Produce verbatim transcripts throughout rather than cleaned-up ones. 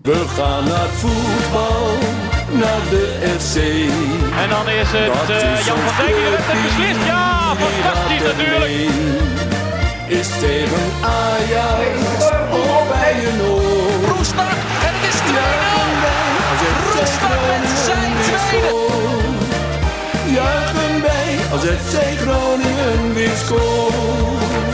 We gaan naar het voetbal, naar de F C. En dan is het uh, Jan van Dijk die heeft het beslist. Ja, fantastisch natuurlijk. Is tegen Ajax of bij een oor. Roestak en het is twee nul. Roestak met zijn tweede. Juichen wij als F C Groningen weer scoort.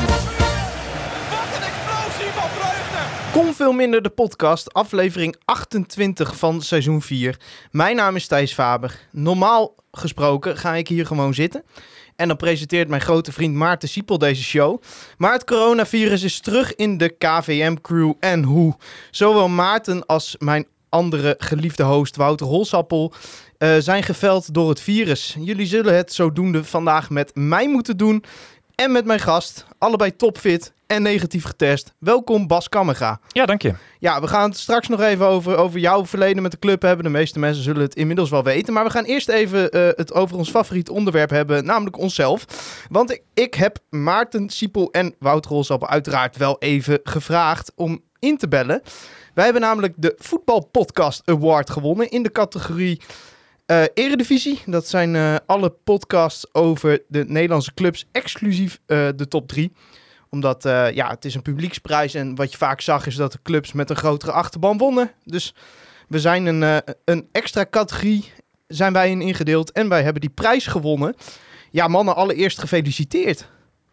Wat een explosie van vreugde. Kon veel minder de podcast, aflevering achtentwintig van seizoen vier. Mijn naam is Thijs Faber. Normaal gesproken ga ik hier gewoon zitten. En dan presenteert mijn grote vriend Maarten Siepel deze show. Maar het coronavirus is terug in de K V M-crew en hoe. Zowel Maarten als mijn andere geliefde host Wouter Holsappel uh, zijn geveld door het virus. Jullie zullen het zodoende vandaag met mij moeten doen en met mijn gast. Allebei topfit en negatief getest. Welkom Bas Kammerga. Ja, dank je. Ja, we gaan het straks nog even over, over jouw verleden met de club hebben. De meeste mensen zullen het inmiddels wel weten. Maar we gaan eerst even uh, het over ons favoriete onderwerp hebben, namelijk onszelf. Want ik, ik heb Maarten Siepel en Wouter Holsappel uiteraard wel even gevraagd om in te bellen. Wij hebben namelijk de Voetbal Podcast Award gewonnen in de categorie uh, Eredivisie. Dat zijn uh, alle podcasts over de Nederlandse clubs, exclusief uh, de top drie. Omdat, uh, ja, het is een publieksprijs en wat je vaak zag is dat de clubs met een grotere achterban wonnen. Dus we zijn een, uh, een extra categorie, zijn wij in ingedeeld en wij hebben die prijs gewonnen. Ja, mannen, allereerst gefeliciteerd.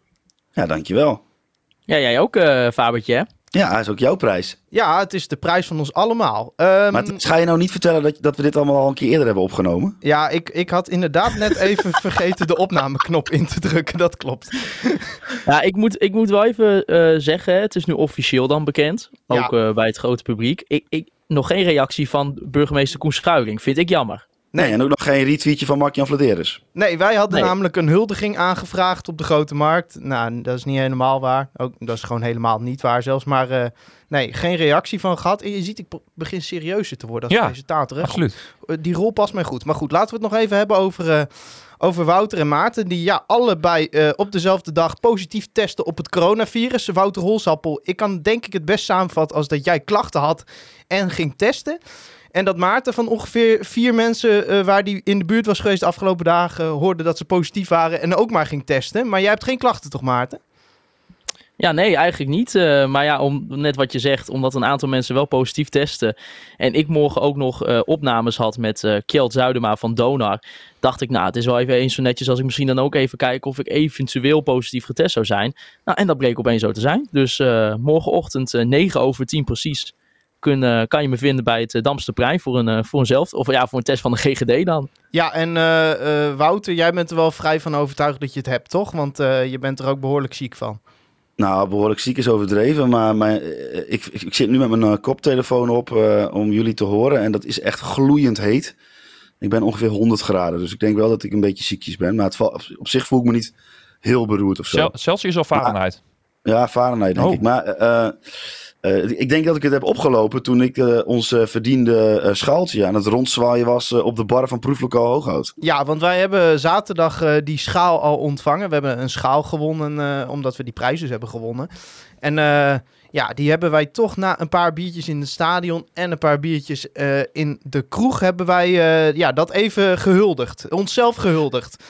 Ja, dankjewel. Ja, jij ook, uh, Fabertje, hè? Ja, dat is ook jouw prijs. Ja, het is de prijs van ons allemaal. Um, maar het, ga je nou niet vertellen dat, dat we dit allemaal al een keer eerder hebben opgenomen? Ja, ik, ik had inderdaad net even vergeten de opnameknop in te drukken. Dat klopt. Ja, ik moet, ik moet wel even uh, zeggen, het is nu officieel dan bekend. Ook ja. uh, bij het grote publiek. Ik, ik, nog geen reactie van burgemeester Koen Schuiling. Vind ik jammer. Nee, en ook nog geen retweetje van Mark-Jan Vladeres. Nee, wij hadden nee. namelijk een huldiging aangevraagd op de Grote Markt. Nou, dat is niet helemaal waar. Ook, dat is gewoon helemaal niet waar zelfs. Maar uh, nee, geen reactie van gehad. En je ziet, ik begin serieuzer te worden als ja, presentator. Hè? Absoluut. Die rol past mij goed. Maar goed, laten we het nog even hebben over, uh, over Wouter en Maarten. Die ja, allebei uh, op dezelfde dag positief testen op het coronavirus. Wouter Holsappel, ik kan denk ik het best samenvatten als dat jij klachten had en ging testen. En dat Maarten van ongeveer vier mensen uh, waar die in de buurt was geweest de afgelopen dagen uh, hoorde dat ze positief waren en ook maar ging testen. Maar jij hebt geen klachten toch, Maarten? Ja, nee, eigenlijk niet. Uh, maar ja, om, net wat je zegt, omdat een aantal mensen wel positief testen en ik morgen ook nog uh, opnames had met uh, Kjeld Zuidema van Donar, dacht ik, nou, het is wel even eens zo netjes als ik misschien dan ook even kijk of ik eventueel positief getest zou zijn. Nou, en dat bleek opeens zo te zijn. Dus uh, morgenochtend uh, negen over tien precies. Kun, uh, kan je me vinden bij het uh, Damsterplein voor een, uh, voor een zelf, of ja, voor een test van de G G D dan. Ja, en uh, uh, Wouter, jij bent er wel vrij van overtuigd dat je het hebt, toch? Want uh, je bent er ook behoorlijk ziek van. Nou, behoorlijk ziek is overdreven, maar mijn, uh, ik, ik, ik zit nu met mijn uh, koptelefoon op uh, om jullie te horen en dat is echt gloeiend heet. Ik ben ongeveer honderd graden, dus ik denk wel dat ik een beetje ziekjes ben, maar het val, op zich voel ik me niet heel beroerd of zo. Cel- Celsius of Fahrenheit? Maar, ja, Fahrenheit denk oh. ik, maar... Uh, Uh, ik denk dat ik het heb opgelopen toen ik uh, ons uh, verdiende uh, schaaltje aan het rondzwaaien was uh, op de bar van Proeflokaal Hooghout. Ja, want wij hebben zaterdag uh, die schaal al ontvangen. We hebben een schaal gewonnen uh, omdat we die prijs dus hebben gewonnen. En uh, ja, die hebben wij toch na een paar biertjes in het stadion en een paar biertjes uh, in de kroeg hebben wij uh, ja, dat even gehuldigd. Onszelf gehuldigd.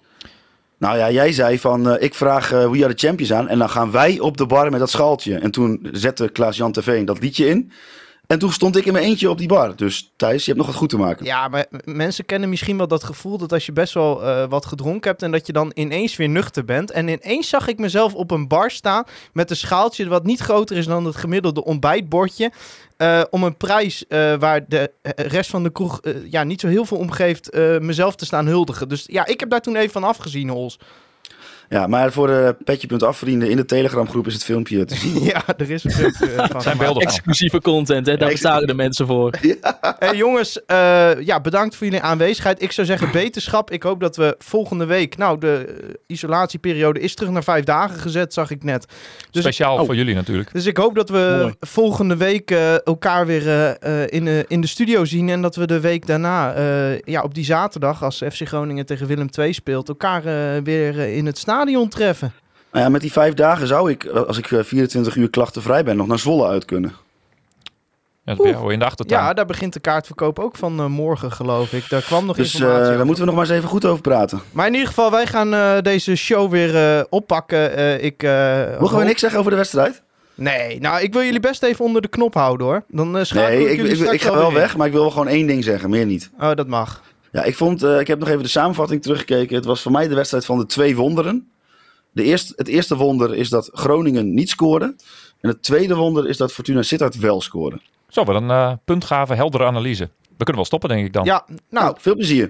Nou ja, jij zei van, uh, ik vraag uh, We Are The Champions aan en dan gaan wij op de bar met dat schaaltje. En toen zette Klaas-Jan T V dat liedje in. En toen stond ik in mijn eentje op die bar. Dus Thijs, je hebt nog wat goed te maken. Ja, maar mensen kennen misschien wel dat gevoel dat als je best wel uh, wat gedronken hebt en dat je dan ineens weer nuchter bent. En ineens zag ik mezelf op een bar staan met een schaaltje wat niet groter is dan het gemiddelde ontbijtbordje. Uh, om een prijs uh, waar de rest van de kroeg uh, ja, niet zo heel veel om geeft, uh, mezelf te staan huldigen. Dus ja, ik heb daar toen even van afgezien, Hols. Ja, maar voor de petje punt af vrienden in de Telegramgroep is het filmpje te zien. Ja, er is een filmpje uh, van. Zijn beelden exclusieve content, hè? Daar bestaan de mensen voor. Ja. Hey, jongens, uh, ja, bedankt voor jullie aanwezigheid. Ik zou zeggen beterschap. Ik hoop dat we volgende week... Nou, de uh, isolatieperiode is terug naar vijf dagen gezet, zag ik net. Dus Speciaal ik, voor jullie natuurlijk. Dus ik hoop dat we Mooi. volgende week uh, elkaar weer uh, in, uh, in de studio zien. En dat we de week daarna, uh, ja, op die zaterdag, als F C Groningen tegen Willem twee speelt, elkaar uh, weer uh, in het stadion treffen. Nou ja, met die vijf dagen zou ik, als ik vierentwintig uur klachtenvrij ben, nog naar Zwolle uit kunnen. Ja, dat ben je in de achtertuin. Ja, daar begint de kaartverkoop ook van uh, morgen, geloof ik. Daar kwam nog Dus informatie uh, over. daar moeten we nog maar eens even goed over praten. Maar in ieder geval, wij gaan uh, deze show weer uh, oppakken. Uh, ik, uh, Mogen we hoop... niks zeggen over de wedstrijd? Nee, nou, ik wil jullie best even onder de knop houden, hoor. Dan uh, schakel nee, ik ik, jullie ik, straks ik ga wel wel weer weg, maar ik wil wel gewoon één ding zeggen, meer niet. Oh, dat mag. Ja, ik vond, uh, ik heb nog even de samenvatting teruggekeken. Het was voor mij de wedstrijd van de twee wonderen. De eerste, het eerste wonder is dat Groningen niet scoorde. En het tweede wonder is dat Fortuna Sittard wel scoorde. Zo, wat een uh, puntgave, heldere analyse. We kunnen wel stoppen, denk ik dan. Ja, nou, Nou, veel plezier.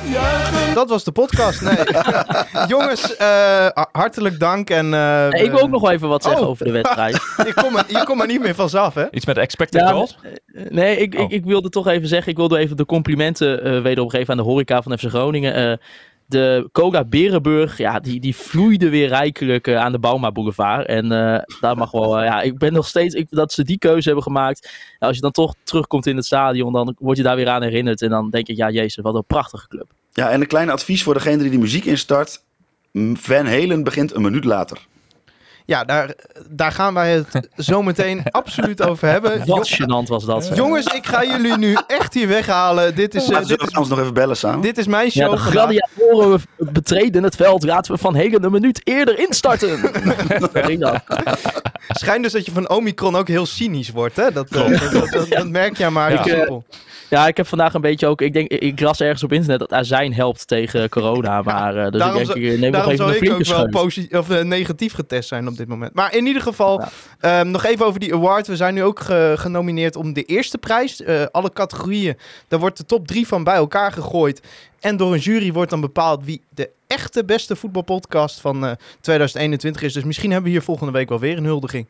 dat was de podcast. Nee. Jongens, uh, hartelijk dank. En, uh, Nee, ik wil ook nog wel even wat zeggen Oh. over de wedstrijd. je komt er, je komt er niet meer vanaf, hè? Iets met expected Ja, goals? Nee, ik, Oh. ik, ik wilde toch even zeggen, ik wilde even de complimenten uh, wederom geven aan de horeca van F C Groningen. Uh, de Cola Berenburg, ja, die, die vloeide weer rijkelijk uh, aan de Bauma Boulevard. En uh, daar mag wel, uh, ja, ik ben nog steeds, ik, dat ze die keuze hebben gemaakt. Ja, als je dan toch terugkomt in het stadion, dan word je daar weer aan herinnerd. En dan denk ik, ja, jezus, wat een prachtige club. Ja, en een klein advies voor degene die de muziek instart. Van Halen begint een minuut later. Ja, daar, daar gaan wij het zo meteen absoluut over hebben. Wat gênant was dat. zeg. Jongens, ik ga jullie nu echt hier weghalen. Dit is, uh, Laten we dit is, anders nog even bellen samen. dit is mijn Ja, show de vandaag. gladiatoren betreden het veld. Laten we Van Hegen een minuut eerder instarten. Sorry dan. Schijnt dus dat je van Omicron ook heel cynisch wordt, hè? Dat, uh, dat, dat, dat, dat merk je maar. Ja. heel simpel. Ja, ik heb vandaag een beetje ook... Ik denk, ik las ergens op internet dat azijn helpt tegen corona. Maar uh, dus daarom ik denk, zou- ik neem nog Daarom even zou een ik flinke ook wel scheut. posi- of, uh, negatief getest zijn op dit moment. Maar in ieder geval, um, nog even over die award. We zijn nu ook ge- genomineerd om de eerste prijs. Uh, alle categorieën, daar wordt de top drie van bij elkaar gegooid. En door een jury wordt dan bepaald wie de echte beste voetbalpodcast van uh, tweeduizend eenentwintig is. Dus misschien hebben we hier volgende week wel weer een huldiging.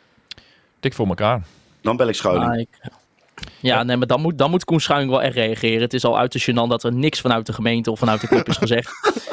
Dik voor elkaar. Dan bel ik Schuiling. Ah, ik- Ja, nee, maar dan moet, dan moet Koen Schuiling wel echt reageren. Het is al uit de gênant dat er niks vanuit de gemeente of vanuit de club is gezegd.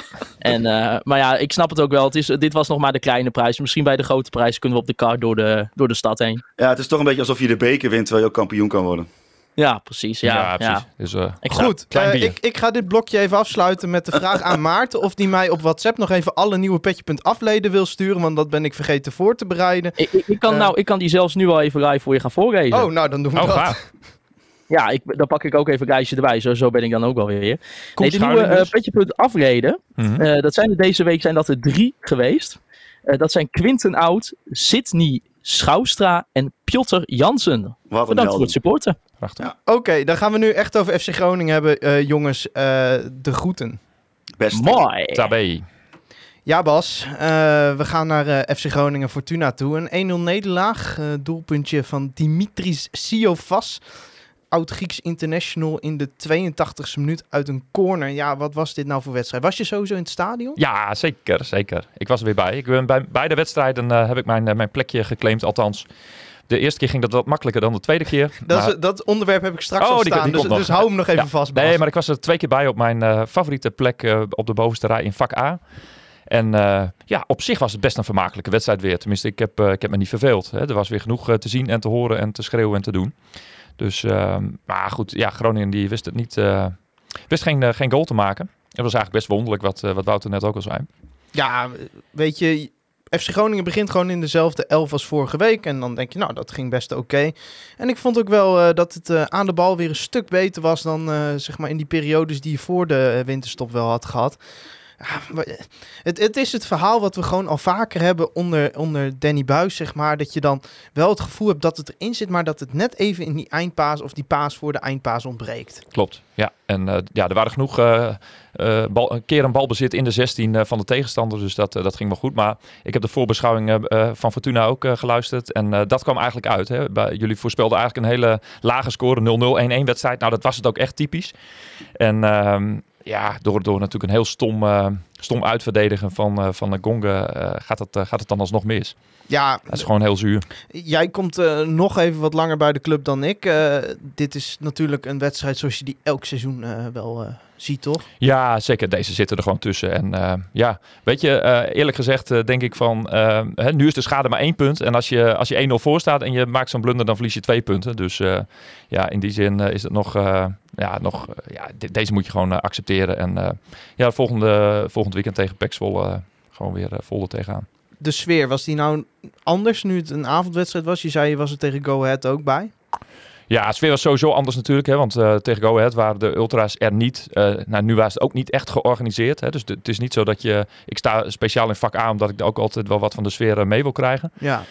En, uh, maar ja, ik snap het ook wel. Het is, dit was nog maar de kleine prijs. Misschien bij de grote prijs kunnen we op de kar door de, door de stad heen. Ja, het is toch een beetje alsof je de beker wint terwijl je ook kampioen kan worden. Ja, precies. Ja, ja, precies. Dus, uh, exact. Goed, Klein uh, bier. ik, ik ga dit blokje even afsluiten met de vraag aan Maarten of die mij op WhatsApp nog even alle nieuwe Petje.afleden wil sturen, want dat ben ik vergeten voor te bereiden. Ik, ik, ik kan, Uh, nou, ik kan die zelfs nu al even live voor je gaan voorlezen. Oh, nou dan doen we oh, dat. gaaf. Ja, ik, dan pak ik ook even een lijstje erbij. Zo, zo ben ik dan ook wel weer. Koen Nee, de nieuwe Schuiling uh, dus. Petje.afleden. Mhm. Uh, dat zijn er deze week zijn dat er drie geweest. Uh, dat zijn Quinten Oud, Sydney Schouwstra en Piotr Jansen. Wat een Bedankt voor helden. het supporten. Prachtig. Ja. Oké, okay, dan gaan we nu echt over F C Groningen hebben, uh, jongens. Uh, de groeten. Best. Mooi. Tabé. Ja, Bas. Uh, we gaan naar uh, F C Groningen Fortuna toe. Een één nul nederlaag. Uh, doelpuntje van Dimitris Siofas. Oud-Grieks international in de tweeëntachtigste minuut uit een corner. Ja, wat was dit nou voor wedstrijd? Was je sowieso in het stadion? Ja, zeker, zeker. Ik was er weer bij. Ik ben bij beide wedstrijden uh, heb ik mijn, uh, mijn plekje geclaimd, althans. De eerste keer ging dat wat makkelijker dan de tweede keer. Dat, maar... is, dat onderwerp heb ik straks Oh, al die- staan, die dus, komt nog. dus hou hem nog even Ja. vast, Bas. Nee, maar ik was er twee keer bij op mijn uh, favoriete plek uh, op de bovenste rij in vak A. En uh, ja, op zich was het best een vermakelijke wedstrijd weer. Tenminste, ik heb, uh, ik heb me niet verveeld. Hè. Er was weer genoeg uh, te zien en te horen en te schreeuwen en te doen. Dus, uh, maar goed, ja, Groningen die wist het niet, uh, wist geen, uh, geen goal te maken. Het was eigenlijk best wonderlijk, wat, uh, wat Wouter net ook al zei. Ja, weet je, F C Groningen begint gewoon in dezelfde elf als vorige week. En dan denk je, nou, dat ging best oké. Okay. En ik vond ook wel uh, dat het uh, aan de bal weer een stuk beter was dan uh, zeg maar in die periodes die je voor de uh, winterstop wel had gehad. Ja, het, het is het verhaal wat we gewoon al vaker hebben onder, onder Danny Buis, zeg maar. Dat je dan wel het gevoel hebt dat het erin zit, maar dat het net even in die eindpaas of die paas voor de eindpaas ontbreekt. Klopt, ja. En uh, ja, er waren genoeg uh, uh, bal, een keer een balbezit in de zestien uh, van de tegenstander. Dus dat, uh, dat ging wel goed. Maar ik heb de voorbeschouwing uh, uh, van Fortuna ook uh, geluisterd. En uh, dat kwam eigenlijk uit. Hè. Bij, jullie voorspelden eigenlijk een hele lage score. nul nul, één één wedstrijd. Nou, dat was het ook echt typisch. En uh, ja, door, door natuurlijk een heel stom, uh, stom uitverdedigen van, uh, van Gonga uh, gaat, het, uh, gaat het dan alsnog mis. Ja, dat is gewoon heel zuur. Jij komt uh, nog even wat langer bij de club dan ik. Uh, dit is natuurlijk een wedstrijd zoals je die elk seizoen uh, wel uh, ziet, toch? Ja, zeker. Deze zitten er gewoon tussen. En uh, ja, weet je, uh, eerlijk gezegd uh, denk ik van... Uh, hè, nu is de schade maar één punt. En als je, als je één nul voor staat en je maakt zo'n blunder, dan verlies je twee punten. Dus uh, ja, in die zin uh, is het nog... Uh, ja, nog uh, ja, de, deze moet je gewoon uh, accepteren. En uh, ja, volgende, volgend weekend tegen P E C Zwolle uh, gewoon weer uh, vol er tegenaan. De sfeer, was die nou anders nu het een avondwedstrijd was? Je zei, je was er tegen Go Ahead ook bij? Ja, de sfeer was sowieso anders natuurlijk. Hè, want uh, tegen Go Ahead waren de ultra's er niet. Uh, nou, nu was het ook niet echt georganiseerd. Hè, dus de, het is niet zo dat je... Ik sta speciaal in vak A, omdat ik ook altijd wel wat van de sfeer uh, mee wil krijgen. Ja.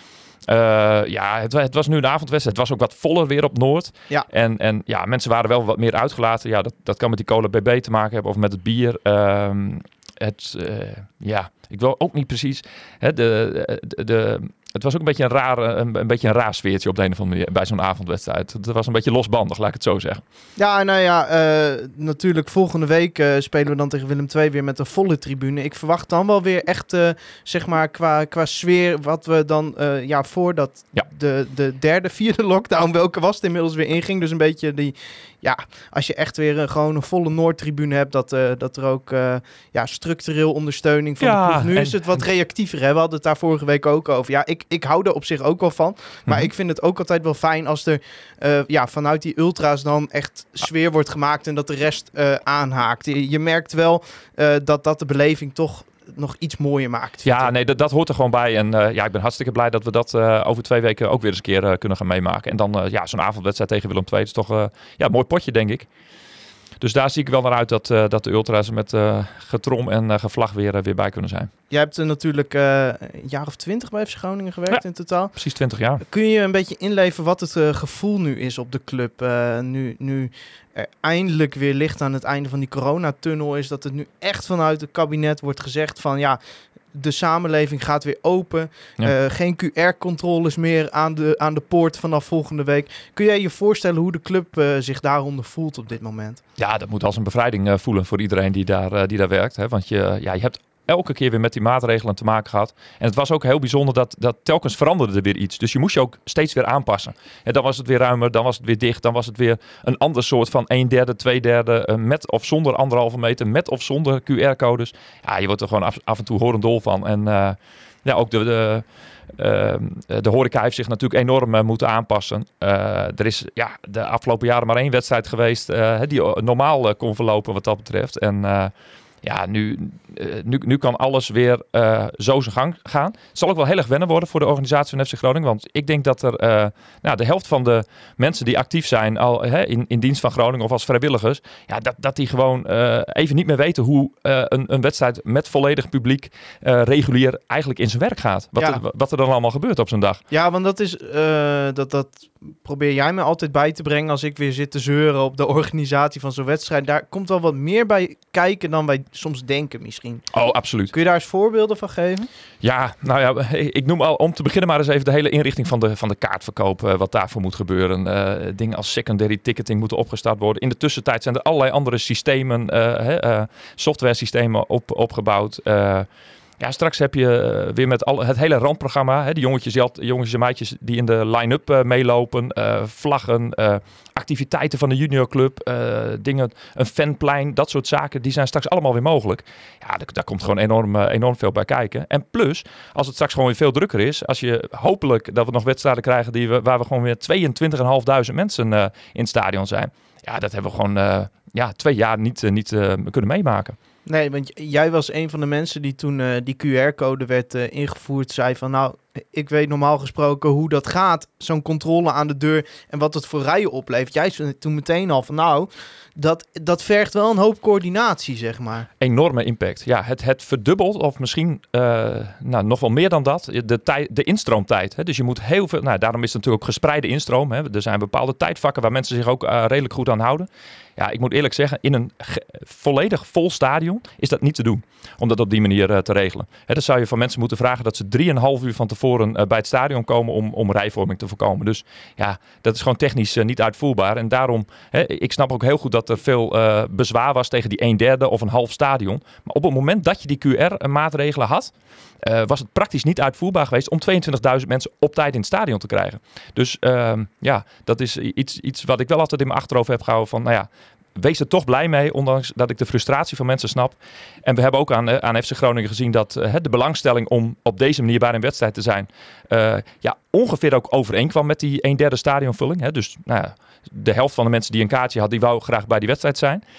Uh, ja, het, het was nu een avondwedstrijd. Het was ook wat voller weer op Noord. Ja. En, en ja, mensen waren wel wat meer uitgelaten. Ja, dat, dat kan met die Cola B B te maken hebben of met het bier. Um, het, uh, ja, ik wil ook niet precies... Hè, de, de, de, het was ook een beetje een raar, een, een beetje een raar sfeertje op de een of andere manier bij zo'n avondwedstrijd. Het was een beetje losbandig, laat ik het zo zeggen. Ja, nou ja, uh, natuurlijk volgende week uh, spelen we dan tegen Willem twee weer met een volle tribune. Ik verwacht dan wel weer echt, uh, zeg maar, qua, qua sfeer wat we dan, uh, ja, voordat ja. de, de derde, vierde lockdown, welke was het inmiddels weer inging. Dus een beetje die, ja, als je echt weer een, gewoon een volle Noordtribune hebt, dat, uh, dat er ook, uh, ja, structureel ondersteuning van ja, de ploeg. Nu en, is het wat reactiever, hè? We hadden het daar vorige week ook over. Ja, ik, ik hou er op zich ook wel van. Maar mm-hmm. ik vind het ook altijd wel fijn als er uh, ja, vanuit die ultra's dan echt sfeer wordt gemaakt en dat de rest uh, aanhaakt. Je, je merkt wel uh, dat dat de beleving toch nog iets mooier maakt. Ja, nee, dat, dat hoort er gewoon bij. En uh, ja, ik ben hartstikke blij dat we dat uh, over twee weken ook weer eens een keer uh, kunnen gaan meemaken. En dan uh, ja, zo'n avondwedstrijd tegen Willem twee is toch uh, ja, een mooi potje, denk ik. Dus daar zie ik wel naar uit dat, uh, dat de ultra's met uh, getrom en uh, gevlag weer, uh, weer bij kunnen zijn. Jij hebt uh, natuurlijk uh, een jaar of twintig bij F C Groningen gewerkt ja, in totaal. Precies twintig jaar. Kun je een beetje inleven wat het uh, gevoel nu is op de club? Uh, nu, nu er eindelijk weer licht aan het einde van die coronatunnel is. Dat het nu echt vanuit het kabinet wordt gezegd van ja, de samenleving gaat weer open. Ja. Uh, geen Q R-controles meer aan de, aan de poort vanaf volgende week. Kun jij je voorstellen hoe de club uh, zich daaronder voelt op dit moment? Ja, dat moet als een bevrijding uh, voelen voor iedereen die daar, uh, die daar werkt. Hè? Want je, ja, je hebt elke keer weer met die maatregelen te maken gehad. En het was ook heel bijzonder dat, dat telkens veranderde er weer iets. Dus je moest je ook steeds weer aanpassen. En dan was het weer ruimer, dan was het weer dicht, dan was het weer een ander soort van een derde, twee derde, uh, met of zonder anderhalve meter, met of zonder Q R-codes. Ja, je wordt er gewoon af, af en toe horendol van. En uh, ja, ook de... de Uh, de horeca heeft zich natuurlijk enorm uh, moeten aanpassen. Uh, er is ja, de afgelopen jaren maar één wedstrijd geweest uh, die normaal uh, kon verlopen wat dat betreft. En uh, ja, nu, uh, nu, nu kan alles weer uh, zo zijn gang gaan. Het zal ook wel heel erg wennen worden voor de organisatie van F C Groningen. Want ik denk dat er uh, nou, de helft van de mensen die actief zijn al hè, in, in dienst van Groningen of als vrijwilligers, ja, dat, dat die gewoon uh, even niet meer weten hoe uh, een, een wedstrijd met volledig publiek uh, regulier eigenlijk in zijn werk gaat. Wat, ja. er, wat er dan allemaal gebeurt op zo'n dag. Ja, want dat is uh, dat, dat probeer jij me altijd bij te brengen als ik weer zit te zeuren op de organisatie van zo'n wedstrijd. Daar komt wel wat meer bij kijken dan wij soms denken misschien. Oh, absoluut. Kun je daar eens voorbeelden van geven? Ja, nou ja, ik noem al om te beginnen maar eens even de hele inrichting van de, van de kaartverkoop, uh, wat daarvoor moet gebeuren. Uh, dingen als secondary ticketing moeten opgestart worden. In de tussentijd zijn er allerlei andere systemen, uh, uh, software systemen op, opgebouwd. Uh, Ja, straks heb je uh, weer met al, het hele randprogramma. Hè, die jongetjes, die, jongetjes en meisjes die in de line-up uh, meelopen. Uh, vlaggen, uh, activiteiten van de juniorclub. Uh, dingen, een fanplein, dat soort zaken. Die zijn straks allemaal weer mogelijk. Ja, daar, daar komt gewoon enorm, uh, enorm veel bij kijken. En plus, als het straks gewoon weer veel drukker is. Als je hopelijk dat we nog wedstrijden krijgen die we, waar we gewoon weer tweeëntwintigduizend vijfhonderd mensen uh, in het stadion zijn. Ja, dat hebben we gewoon uh, ja, twee jaar niet, uh, niet uh, kunnen meemaken. Nee, want jij was een van de mensen die toen uh, die Q R-code werd uh, ingevoerd, zei van nou, ik weet normaal gesproken hoe dat gaat, zo'n controle aan de deur en wat het voor rijen oplevert. Jij zei toen meteen al van nou, dat, dat vergt wel een hoop coördinatie, zeg maar. Enorme impact. Ja, het, het verdubbelt of misschien uh, nou, nog wel meer dan dat, de, tij, de instroomtijd. Hè? Dus je moet heel veel, nou, daarom is het natuurlijk ook gespreide instroom. Hè? Er zijn bepaalde tijdvakken waar mensen zich ook uh, redelijk goed aan houden. Ja, ik moet eerlijk zeggen, in een ge- volledig vol stadion is dat niet te doen. Om dat op die manier uh, te regelen. Hè, dan zou je van mensen moeten vragen dat ze drieënhalf uur van tevoren uh, bij het stadion komen om, om rijvorming te voorkomen. Dus ja, dat is gewoon technisch uh, niet uitvoerbaar. En daarom, hè, ik snap ook heel goed dat er veel uh, bezwaar was tegen die een derde of een half stadion. Maar op het moment dat je die Q R-maatregelen had, uh, was het praktisch niet uitvoerbaar geweest om tweeëntwintigduizend mensen op tijd in het stadion te krijgen. Dus uh, ja, dat is iets, iets wat ik wel altijd in mijn achterhoofd heb gehouden van, nou ja, wees er toch blij mee, ondanks dat ik de frustratie van mensen snap. En we hebben ook aan, aan F C Groningen gezien dat uh, de belangstelling om op deze manier bij een wedstrijd te zijn, uh, ja, ongeveer ook overeenkwam met die een derde stadionvulling. Hè. Dus nou ja, de helft van de mensen die een kaartje had, die wou graag bij die wedstrijd zijn.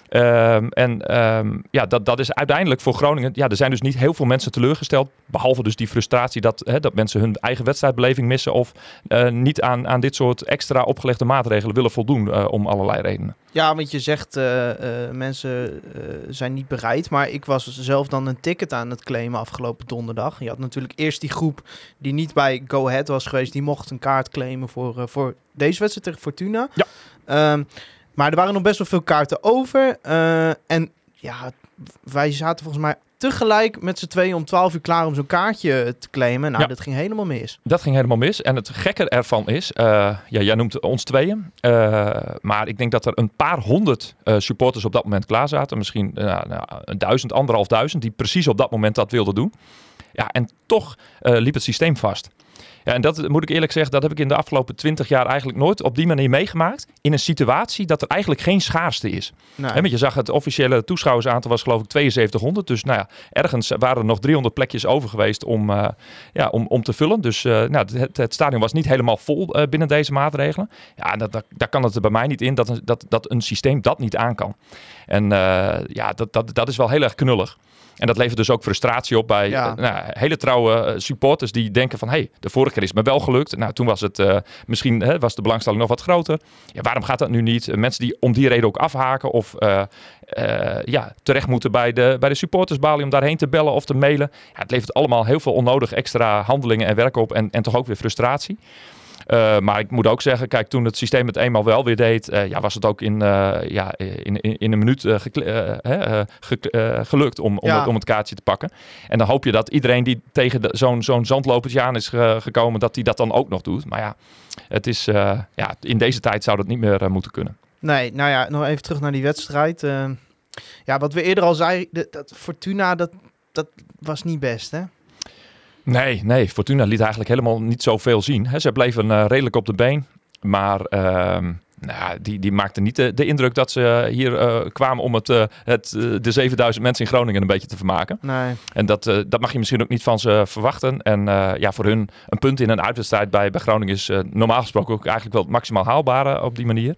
Um, en um, ja, dat, dat is uiteindelijk voor Groningen... Ja, er zijn dus niet heel veel mensen teleurgesteld. Behalve dus die frustratie dat, hè, dat mensen hun eigen wedstrijdbeleving missen... of uh, niet aan, aan dit soort extra opgelegde maatregelen willen voldoen uh, om allerlei redenen. Ja, want je zegt uh, uh, mensen uh, zijn niet bereid. Maar ik was zelf dan een ticket aan het claimen afgelopen donderdag. Je had natuurlijk eerst die groep die niet bij Go Ahead was geweest. Die mocht een kaart claimen voor, uh, voor deze wedstrijd tegen Fortuna. Ja. Um, maar er waren nog best wel veel kaarten over. Uh, en ja, wij zaten volgens mij tegelijk met z'n tweeën om twaalf uur klaar om zo'n kaartje te claimen. Nou, ja. dat ging helemaal mis. Dat ging helemaal mis. En het gekke ervan is, uh, ja, jij noemt ons tweeën. Uh, maar ik denk dat er een paar honderd uh, supporters op dat moment klaar zaten. Misschien uh, nou, een duizend, anderhalf duizend, die precies op dat moment dat wilden doen. Ja, en toch uh, liep het systeem vast. Ja, en dat moet ik eerlijk zeggen, dat heb ik in de afgelopen twintig jaar eigenlijk nooit op die manier meegemaakt. In een situatie dat er eigenlijk geen schaarste is. Nee. He, want je zag het officiële toeschouwersaantal was geloof ik tweeënzeventighonderd. Dus nou ja, ergens waren er nog driehonderd plekjes over geweest om, uh, ja, om, om te vullen. Dus uh, nou, het, het stadion was niet helemaal vol uh, binnen deze maatregelen. Ja, dat, dat, daar kan het er bij mij niet in dat, dat, dat een systeem dat niet aan kan. En uh, ja, dat, dat, dat is wel heel erg knullig. En dat levert dus ook frustratie op bij ja. uh, nou, hele trouwe supporters die denken van... hé, hey, de vorige keer is het me wel gelukt. Nou, toen was het uh, misschien hè, was de belangstelling nog wat groter. Ja, waarom gaat dat nu niet? Uh, mensen die om die reden ook afhaken of uh, uh, ja, terecht moeten bij de, bij de supportersbalie... om daarheen te bellen of te mailen. Ja, het levert allemaal heel veel onnodig extra handelingen en werk op en, en toch ook weer frustratie. Uh, maar ik moet ook zeggen, kijk, toen het systeem het eenmaal wel weer deed, uh, ja, was het ook in, uh, ja, in, in, in een minuut uh, gekle- uh, uh, ge- uh, gelukt om, om, ja. het, om het kaartje te pakken. En dan hoop je dat iedereen die tegen de, zo'n, zo'n zandlopertje aan is uh, gekomen, dat die dat dan ook nog doet. Maar ja, het is, uh, ja, in deze tijd zou dat niet meer uh, moeten kunnen. Nee, nou ja, nog even terug naar die wedstrijd. Uh, ja, wat we eerder al zeiden, de, dat Fortuna, dat, dat was niet best, hè? Nee, nee, Fortuna liet eigenlijk helemaal niet zoveel zien. He, ze bleven uh, redelijk op de been, maar uh, nou, die, die maakten niet de, de indruk dat ze hier uh, kwamen om het, uh, het, uh, de zevenduizend mensen in Groningen een beetje te vermaken. Nee. En dat, uh, dat mag je misschien ook niet van ze verwachten. En uh, ja, voor hun een punt in een uitwedstrijd bij, bij Groningen is uh, normaal gesproken ook eigenlijk wel het maximaal haalbare op die manier.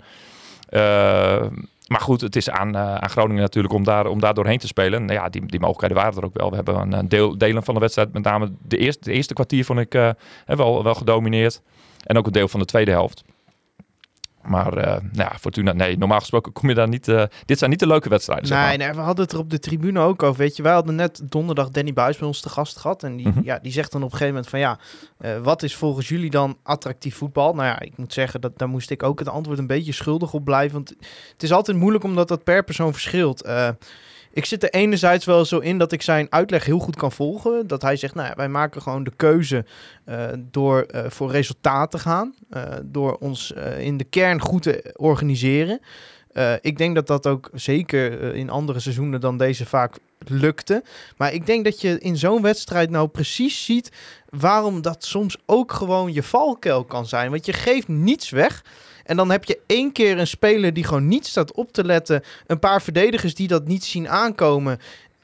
Uh, Maar goed, het is aan, uh, aan Groningen natuurlijk om daar, om daar doorheen te spelen. Nou ja, die, die mogelijkheden waren er ook wel. We hebben een deel, delen van de wedstrijd, met name de eerste, de eerste kwartier vond ik uh, wel, wel gedomineerd. En ook een deel van de tweede helft. Maar uh, nou ja, Fortuna, nee, normaal gesproken kom je daar niet... Uh, dit zijn niet de leuke wedstrijden, zeg maar. Nee, nee, we hadden het er op de tribune ook over. Weet je, wij hadden net donderdag Danny Buijs bij ons te gast gehad. En die, mm-hmm. ja, die zegt dan op een gegeven moment van ja, uh, wat is volgens jullie dan attractief voetbal? Nou ja, ik moet zeggen, dat daar moest ik ook het antwoord een beetje schuldig op blijven. Want het is altijd moeilijk omdat dat per persoon verschilt. Uh, Ik zit er enerzijds wel zo in dat ik zijn uitleg heel goed kan volgen. Dat hij zegt, nou ja, wij maken gewoon de keuze uh, door uh, voor resultaat te gaan. Uh, door ons uh, in de kern goed te organiseren. Uh, ik denk dat dat ook zeker uh, in andere seizoenen dan deze vaak lukte. Maar ik denk dat je in zo'n wedstrijd nou precies ziet waarom dat soms ook gewoon je valkuil kan zijn. Want je geeft niets weg. En dan heb je één keer een speler die gewoon niet staat op te letten. Een paar verdedigers die dat niet zien aankomen.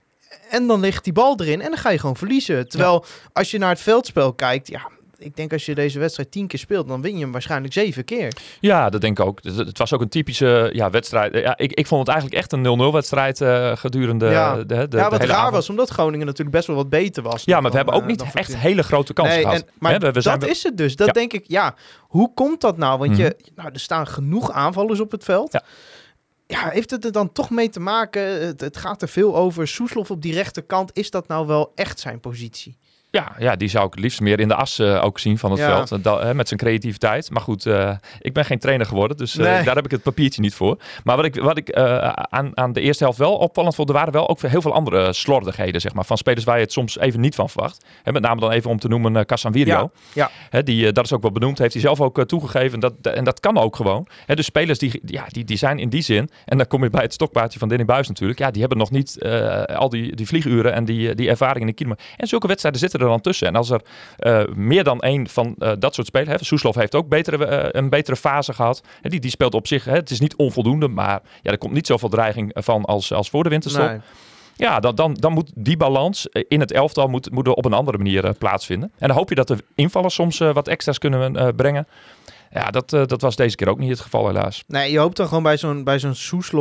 En dan ligt die bal erin en dan ga je gewoon verliezen. Terwijl ja. als je naar het veldspel kijkt, ja, ik denk als je deze wedstrijd tien keer speelt, dan win je hem waarschijnlijk zeven keer. Ja, dat denk ik ook. Het was ook een typische ja, wedstrijd. Ja, ik, ik vond het eigenlijk echt een nul nul wedstrijd uh, gedurende ja. de, de, de Ja, wat hele raar avond. was, omdat Groningen natuurlijk best wel wat beter was. Ja, maar we dan, hebben ook uh, niet echt Fortuna. hele grote kansen nee, gehad. En, maar He, we, we dat zijn... is het dus. Dat ja. denk ik, ja, hoe komt dat nou? Want Mm-hmm. je, nou, er staan genoeg aanvallers op het veld. Ja. Ja, heeft het er dan toch mee te maken? Het, het gaat er veel over. Soeslof op die rechterkant, is dat nou wel echt zijn positie? Ja, ja, die zou ik het liefst meer in de as uh, ook zien van het Ja. veld. Da, uh, met zijn creativiteit. Maar goed, uh, ik ben geen trainer geworden. Dus uh, Nee. daar heb ik het papiertje niet voor. Maar wat ik, wat ik uh, aan, aan de eerste helft wel opvallend vond, er waren wel ook heel veel andere slordigheden, zeg maar. Van spelers waar je het soms even niet van verwacht. He, met name dan even om te noemen uh, Casanvirio. Ja, ja. He, die, uh, dat is ook wel benoemd. Heeft hij zelf ook uh, toegegeven. Dat, en dat kan ook gewoon. He, dus spelers die, ja, die, die zijn in die zin. En dan kom je bij het stokpaardje van Danny Buijs natuurlijk. Ja, die hebben nog niet uh, al die, die vlieguren en die, die ervaring in de kilometer. En zulke wedstrijden zitten er dan tussen. En als er Uh, meer dan één van uh, dat soort spelers. Hè. Soeslof heeft ook betere, uh, een betere fase gehad. Hè, die, die speelt op zich. Hè, het is niet onvoldoende, maar ja, er komt niet zoveel dreiging van als, als voor de winterstop. Nee. Ja, dan, dan, dan moet die balans in het elftal moet, moet op een andere manier uh, plaatsvinden. En dan hoop je dat de invallers soms uh, wat extra's kunnen uh, brengen. Ja, dat, uh, dat was deze keer ook niet het geval helaas. Nee, je hoopt dan gewoon bij zo'n, bij zo'n Soeslof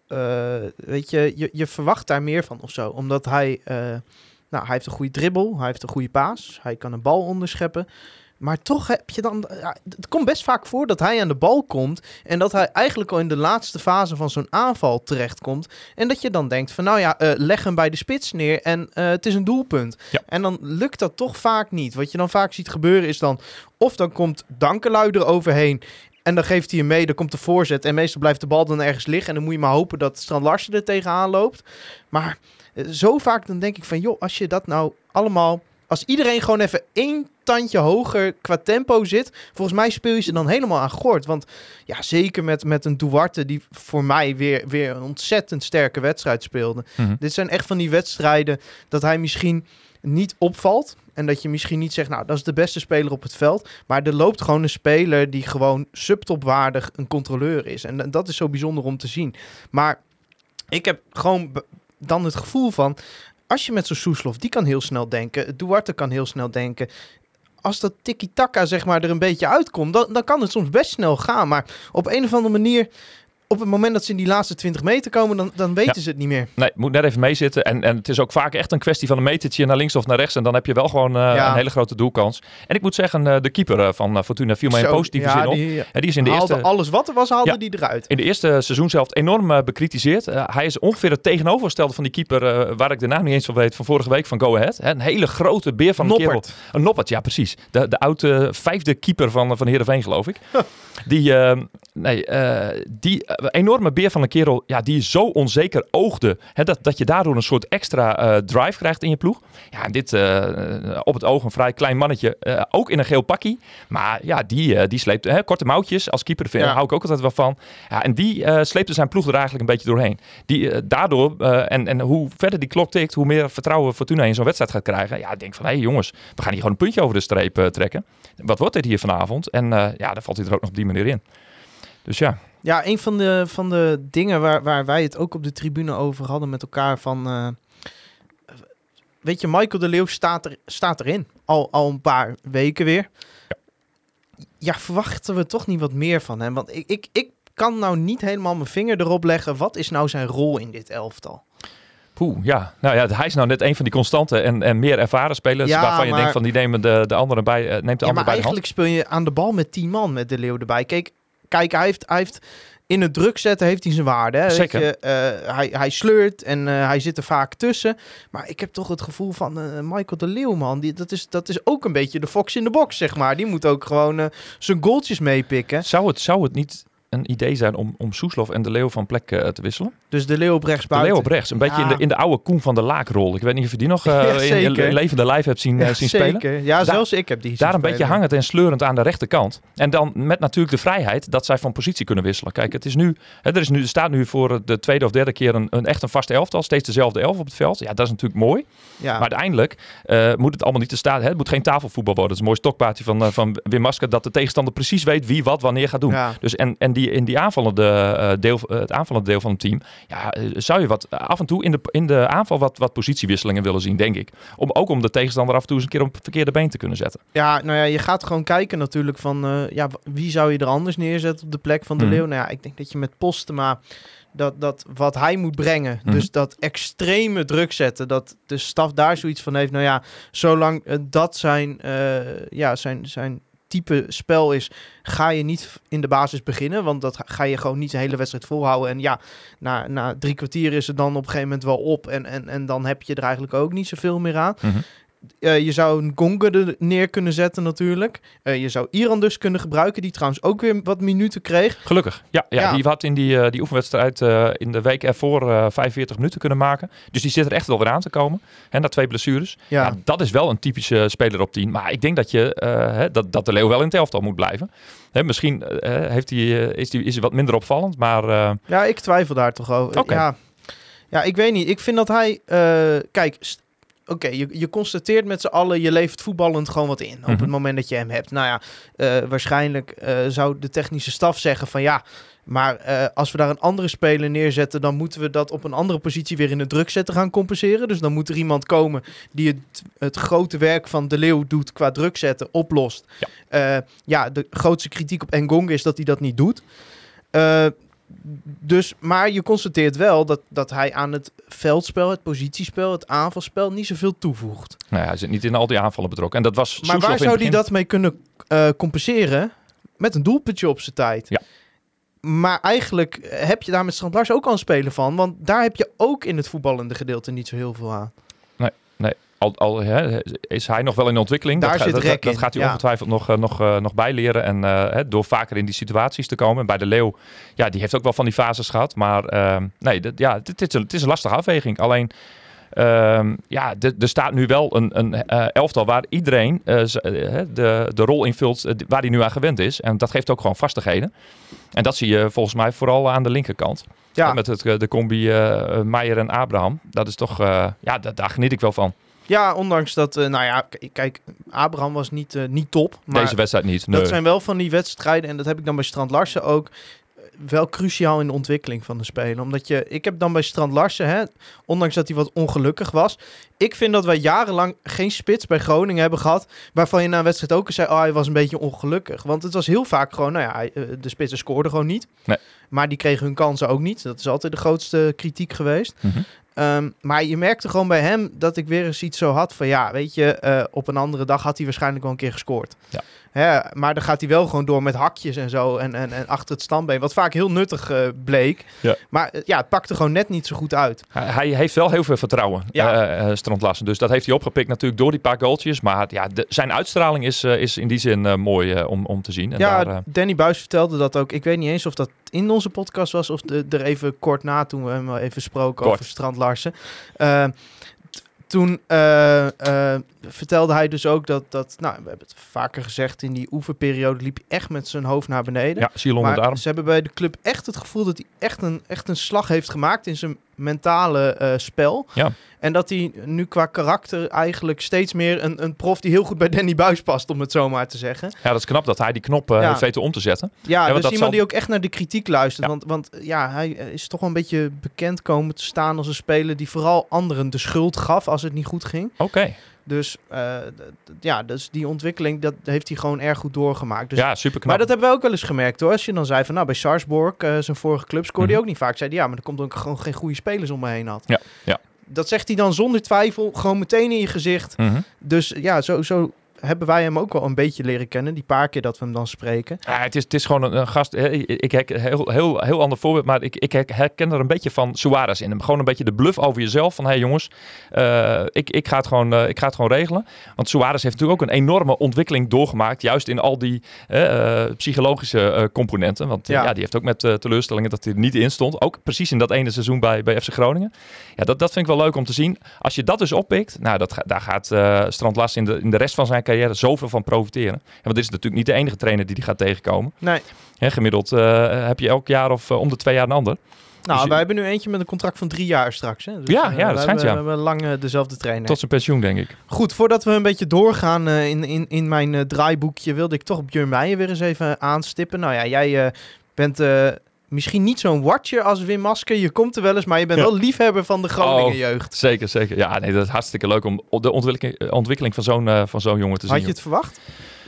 uh, weet je, je, je verwacht daar meer van of zo. Omdat hij, uh, nou, hij heeft een goede dribbel, hij heeft een goede paas, hij kan een bal onderscheppen. Maar toch heb je dan... Ja, het komt best vaak voor dat hij aan de bal komt en dat hij eigenlijk al in de laatste fase van zo'n aanval terechtkomt. En dat je dan denkt van nou ja, uh, leg hem bij de spits neer en uh, het is een doelpunt. Ja. En dan lukt dat toch vaak niet. Wat je dan vaak ziet gebeuren is dan... Of dan komt Dankelui er overheen en dan geeft hij hem mee, dan komt de voorzet en meestal blijft de bal dan ergens liggen. En dan moet je maar hopen dat Strand Larsen er tegenaan loopt. Maar uh, zo vaak dan denk ik van joh, als je dat nou allemaal... Als iedereen gewoon even één tandje hoger qua tempo zit, volgens mij speel je ze dan helemaal aan gort. Want ja, zeker met, met een Duarte die voor mij weer, weer een ontzettend sterke wedstrijd speelde. Mm-hmm. Dit zijn echt van die wedstrijden dat hij misschien niet opvalt. En dat je misschien niet zegt, nou, dat is de beste speler op het veld. Maar er loopt gewoon een speler die gewoon subtopwaardig een controleur is. En dat is zo bijzonder om te zien. Maar ik heb gewoon b- dan het gevoel van... Als je met zo'n Soeslof, die kan heel snel denken. Duarte kan heel snel denken. Als dat tiki-taka zeg maar er een beetje uitkomt, dan, dan kan het soms best snel gaan. Maar op een of andere manier, op het moment dat ze in die laatste twintig meter komen, dan, dan weten ja. ze het niet meer. Nee, moet net even meezitten. En, en het is ook vaak echt een kwestie van een metertje naar links of naar rechts. En dan heb je wel gewoon uh, ja. een hele grote doelkans. En ik moet zeggen, uh, de keeper uh, van uh, Fortuna viel mij in positieve ja, zin op. Die, ja. En die is in de haalde eerste... alles wat er was, haalde ja, die eruit. In de eerste seizoen zelf enorm uh, bekritiseerd. Uh, hij is ongeveer het tegenovergestelde van die keeper, uh, waar ik de naam niet eens van weet, van vorige week van Go Ahead. He, een hele grote beer van een kerel. Een Noppert, ja precies. De, de oude vijfde keeper van, van Heerenveen, geloof ik. Die, uh, nee, uh, die uh, enorme beer van een kerel, ja, die zo onzeker oogde, hè, dat, dat je daardoor een soort extra uh, drive krijgt in je ploeg. Ja, en dit uh, op het oog een vrij klein mannetje, uh, ook in een geel pakkie. Maar ja, die, uh, die sleept hè, korte mouwtjes als keeper, vind, ja. hou ik ook altijd wel van. Ja, en die uh, sleepte zijn ploeg er eigenlijk een beetje doorheen. Die, uh, daardoor, uh, en, en hoe verder die klok tikt, hoe meer vertrouwen Fortuna in zo'n wedstrijd gaat krijgen. Ja, ik denk van, hé hey, jongens, we gaan hier gewoon een puntje over de streep uh, trekken. Wat wordt dit hier vanavond? En uh, ja, dan valt hij er ook nog op die manier in. Dus ja. Ja, een van de, van de dingen waar, waar wij het ook op de tribune over hadden met elkaar van... Uh, weet je, Michael de Leeuw staat, er, staat erin. Al, al een paar weken weer. Ja. ja, verwachten we toch niet wat meer van hem? Want ik, ik, ik kan nou niet helemaal mijn vinger erop leggen. Wat is nou zijn rol in dit elftal? Poeh, ja. Nou ja, hij is nou net een van die constante en, en meer ervaren spelers. Ja, waarvan je denkt van die nemen de, de anderen bij, uh, neemt de ja, anderen bij de hand. Maar eigenlijk speel je aan de bal met tien man met de Leeuw erbij. Kijk, kijk hij, heeft, hij heeft in het druk zetten heeft hij zijn waarde. Hè? Zeker. Weet je, uh, hij, hij sleurt en uh, hij zit er vaak tussen. Maar ik heb toch het gevoel van uh, Michael de Leeuw, man. Die, dat, is, dat is ook een beetje de fox in de box, zeg maar. Die moet ook gewoon uh, zijn goaltjes meepikken. Zou het, zou het niet een idee zijn om, om Soeslof en de Leeuw van plek uh, te wisselen? Dus de Leeuw op rechts buiten. De Leeuw op rechts. Een ja. beetje in de, in de oude Koen van der Laakrol. Ik weet niet of je die nog uh, ja, in, in levende live hebt zien, ja, uh, zien zeker. spelen. Ja, Daar, zelfs ik heb die Daar een spelen. beetje hangend en sleurend aan de rechterkant. En dan met natuurlijk de vrijheid dat zij van positie kunnen wisselen. Kijk, het is nu, hè, er, is nu, er staat nu voor de tweede of derde keer een, een echt een vaste elftal. Steeds dezelfde elf op het veld. Ja, dat is natuurlijk mooi. Ja. Maar uiteindelijk uh, moet het allemaal niet te staan. Hè? Het moet geen tafelvoetbal worden. Het is een mooi stokpaardje van, uh, van Wim Masker dat de tegenstander precies weet wie wat wanneer gaat doen. Ja. Dus en, en die, in die aanvallende uh, deel, uh, het aanvallende deel van het team, ja, uh, zou je wat uh, af en toe in de, in de aanval wat, wat positiewisselingen willen zien, denk ik. Om, ook om de tegenstander af en toe eens een keer op het verkeerde been te kunnen zetten. Ja, nou ja, je gaat gewoon kijken natuurlijk van, uh, ja, wie zou je er anders neerzetten op de plek van de hmm. Leeuw? Nou ja, ik denk dat je met Postema, dat, dat wat hij moet brengen, hmm. dus dat extreme druk zetten, dat de staf daar zoiets van heeft, nou ja, zolang uh, dat zijn, uh, ja, zijn, zijn type spel is, ga je niet in de basis beginnen, want dat ga je gewoon niet de hele wedstrijd volhouden. En ja, na, na drie kwartier is het dan op een gegeven moment wel op en, en, en dan heb je er eigenlijk ook niet zoveel meer aan. Mm-hmm. Uh, je zou een Gonga er neer kunnen zetten natuurlijk. Uh, je zou Iran dus kunnen gebruiken, die trouwens ook weer wat minuten kreeg. Gelukkig, ja. ja, ja. Die had in die, uh, die oefenwedstrijd uh, in de week ervoor uh, vijfenveertig minuten kunnen maken. Dus die zit er echt wel weer aan te komen. Hè, na twee blessures. Ja. Ja, dat is wel een typische speler op tien. Maar ik denk dat, je, uh, hè, dat, dat de Leeuw wel in het elftal moet blijven. Hè, misschien uh, heeft hij, uh, is hij is hij wat minder opvallend, maar... Uh... Ja, ik twijfel daar toch over. Okay. Ja. ja, ik weet niet. Ik vind dat hij... Uh, kijk... St- Oké, okay, je, je constateert met z'n allen, je levert voetballend gewoon wat in. Mm-hmm. Op het moment dat je hem hebt. Nou ja, uh, waarschijnlijk uh, zou de technische staf zeggen van ja, maar uh, als we daar een andere speler neerzetten, dan moeten we dat op een andere positie weer in de druk zetten gaan compenseren. Dus dan moet er iemand komen die het, het grote werk van de Leeuw doet qua druk zetten, oplost. Ja, uh, ja de grootste kritiek op Engonga is dat hij dat niet doet. Uh, dus, maar je constateert wel dat, dat hij aan het veldspel, het positiespel, het aanvalspel niet zoveel toevoegt. Nou ja, hij zit niet in al die aanvallen betrokken. En dat was Maar waar zou hij dat mee kunnen uh, compenseren? Met een doelpuntje op zijn tijd. Ja. Maar eigenlijk heb je daar met Strand Larsen ook al een speler van. Want daar heb je ook in het voetballende gedeelte niet zo heel veel aan. Nee, nee. Al, al hè, is hij nog wel in ontwikkeling. Daar dat, zit dat, rek dat, in. dat gaat hij ja. ongetwijfeld nog, uh, nog, uh, nog bijleren. En uh, hè, door vaker in die situaties te komen. En bij de Leeuw, ja, die heeft ook wel van die fases gehad. Maar uh, nee, dat, ja, het, het, is een, het is een lastige afweging. Alleen, uh, ja, er staat nu wel een, een uh, elftal waar iedereen uh, de, de rol invult uh, waar hij nu aan gewend is. En dat geeft ook gewoon vastigheden. En dat zie je volgens mij vooral aan de linkerkant. Ja. Met het, de combi uh, Meijer en Abraham. Dat is toch, uh, ja, dat, daar geniet ik wel van. Ja, ondanks dat, uh, nou ja, k- kijk, Abraham was niet, uh, niet top. Maar deze wedstrijd niet. Nee. dat zijn wel van die wedstrijden, en dat heb ik dan bij Strand Larsen ook, wel cruciaal in de ontwikkeling van de speler. Omdat je, ik heb dan bij Strand Larsen, hè, ondanks dat hij wat ongelukkig was, ik vind dat wij jarenlang geen spits bij Groningen hebben gehad, waarvan je na een wedstrijd ook eens zei, oh, hij was een beetje ongelukkig. Want het was heel vaak gewoon, nou ja, hij, de spitsen scoorden gewoon niet. Nee. Maar die kregen hun kansen ook niet. Dat is altijd de grootste kritiek geweest. Mm-hmm. Um, maar je merkte gewoon bij hem dat ik weer eens iets zo had van, ja, weet je, uh, op een andere dag had hij waarschijnlijk wel een keer gescoord. Ja. Hè, maar dan gaat hij wel gewoon door met hakjes en zo en, en, en achter het standbeen, wat vaak heel nuttig uh, bleek. Ja. Maar uh, ja, het pakte gewoon net niet zo goed uit. Hij, hij heeft wel heel veel vertrouwen, ja. uh, uh, Strand Larsen. Dus dat heeft hij opgepikt natuurlijk door die paar goaltjes. Maar ja, de, zijn uitstraling is, uh, is in die zin uh, mooi uh, om, om te zien. En ja, daar, uh... Danny Buijs vertelde dat ook. Ik weet niet eens of dat in onze podcast was of de, er even kort na toen we hem even spraken kort. over Strand Larsen. Uh, t- toen uh, uh, vertelde hij dus ook dat, dat, nou, we hebben het vaker gezegd, in die oefenperiode liep hij echt met zijn hoofd naar beneden. Ja, ziel onder de arm. Ze hebben bij de club echt het gevoel dat hij echt een, echt een slag heeft gemaakt in zijn mentale uh, spel. Ja. En dat hij nu qua karakter eigenlijk steeds meer een, een prof die heel goed bij Danny Buijs past, om het zo maar te zeggen. Ja, dat is knap dat hij die knop uh, ja. heeft weten om te zetten. Ja, ja dus dat iemand zal... die ook echt naar de kritiek luistert. Ja. Want, want ja, hij is toch wel een beetje bekend komen te staan als een speler die vooral anderen de schuld gaf als het niet goed ging. Oké. Okay. Dus uh, d- d- ja, dus die ontwikkeling, dat heeft hij gewoon erg goed doorgemaakt. Dus, ja, super knap. maar dat hebben we ook wel eens gemerkt hoor. Als je dan zei van, nou, bij Sarpsborg, uh, zijn vorige club, scoorde mm-hmm. hij ook niet vaak. Zei hij, ja, maar er komt ook gewoon geen goede spelers om me heen had. Ja, ja. Dat zegt hij dan zonder twijfel, gewoon meteen in je gezicht. Mm-hmm. Dus ja, zo... zo hebben wij hem ook wel een beetje leren kennen. Die paar keer dat we hem dan spreken. Ja, het, is, het is gewoon een, een gast. Ik heb een heel, heel, heel ander voorbeeld. Maar ik, ik herken er een beetje van Suarez in hem. Gewoon een beetje de bluff over jezelf. Van hé hey jongens, uh, ik, ik, ga het gewoon, uh, ik ga het gewoon regelen. Want Suarez heeft natuurlijk ook een enorme ontwikkeling doorgemaakt. Juist in al die uh, psychologische uh, componenten. Want ja. ja, die heeft ook met uh, teleurstellingen dat hij er niet in stond. Ook precies in dat ene seizoen bij, bij F C Groningen. Ja, dat, dat vind ik wel leuk om te zien. Als je dat dus oppikt. Nou, dat, daar gaat uh, Strand Larsen in de, in de rest van zijn carrière zoveel van profiteren. En want dit is natuurlijk niet de enige trainer die die gaat tegenkomen. Nee. He, gemiddeld uh, heb je elk jaar of uh, om de twee jaar een ander. Nou, dus wij hebben nu eentje met een contract van drie jaar straks. Hè? Dus, ja, uh, ja, dat schijnt ja. We hebben lang uh, dezelfde trainer. Tot zijn pensioen, denk ik. Goed, voordat we een beetje doorgaan uh, in, in, in mijn uh, draaiboekje, wilde ik toch Björn Meijer weer eens even aanstippen. Nou ja, jij uh, bent... Uh, Misschien niet zo'n watcher als Wim Masker. Je komt er wel eens, maar je bent ja. wel liefhebber van de Groningen-jeugd. Oh, zeker, zeker. Ja, nee, dat is hartstikke leuk om de ontwikkeling, ontwikkeling van, zo'n, uh, van zo'n jongen te zien. Had je het verwacht?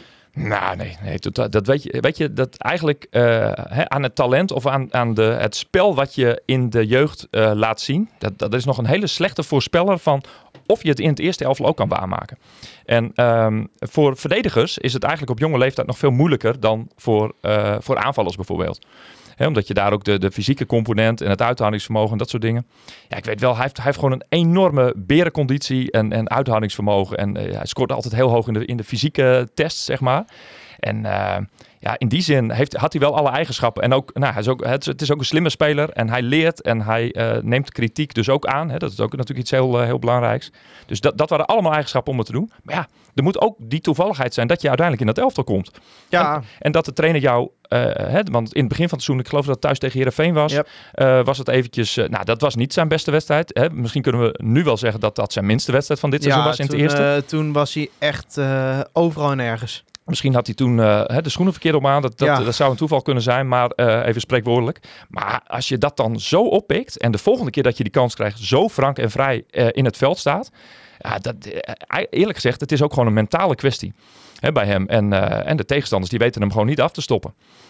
Nou, nee, nee dat, dat weet je. Weet je, dat eigenlijk uh, he, aan het talent of aan, aan de, het spel wat je in de jeugd uh, laat zien, dat, dat is nog een hele slechte voorspeller van of je het in het eerste elftal ook kan waarmaken. En um, voor verdedigers is het eigenlijk op jonge leeftijd nog veel moeilijker dan voor, uh, voor aanvallers bijvoorbeeld. He, omdat je daar ook de, de fysieke component en het uithoudingsvermogen en dat soort dingen. Ja, ik weet wel, hij heeft, hij heeft gewoon een enorme berenconditie en, en uithoudingsvermogen. En uh, hij scoort altijd heel hoog in de, in de fysieke tests, zeg maar. En uh, ja, in die zin heeft, had hij wel alle eigenschappen. En ook, nou, hij is ook, het, het is ook een slimme speler. En hij leert en hij uh, neemt kritiek dus ook aan. Hè. Dat is ook natuurlijk iets heel, uh, heel belangrijks. Dus dat, dat waren allemaal eigenschappen om het te doen. Maar ja, er moet ook die toevalligheid zijn dat je uiteindelijk in dat elftal komt. Ja. En, en dat de trainer jou... Uh, hè, want in het begin van het seizoen, ik geloof dat het thuis tegen Heerenveen was, yep. uh, was het eventjes... Uh, nou, dat was niet zijn beste wedstrijd. Hè. Misschien kunnen we nu wel zeggen dat dat zijn minste wedstrijd van dit ja, seizoen was in toen, het eerste. Uh, toen was hij echt uh, overal en ergens. Misschien had hij toen uh, de schoenen verkeerd op aan. Dat, dat, ja. dat zou een toeval kunnen zijn, maar uh, even spreekwoordelijk. Maar als je dat dan zo oppikt en de volgende keer dat je die kans krijgt zo frank en vrij uh, in het veld staat. Ja, dat, uh, eerlijk gezegd, het is ook gewoon een mentale kwestie. Hè, bij hem. En, uh, en de tegenstanders die weten hem gewoon niet af te stoppen.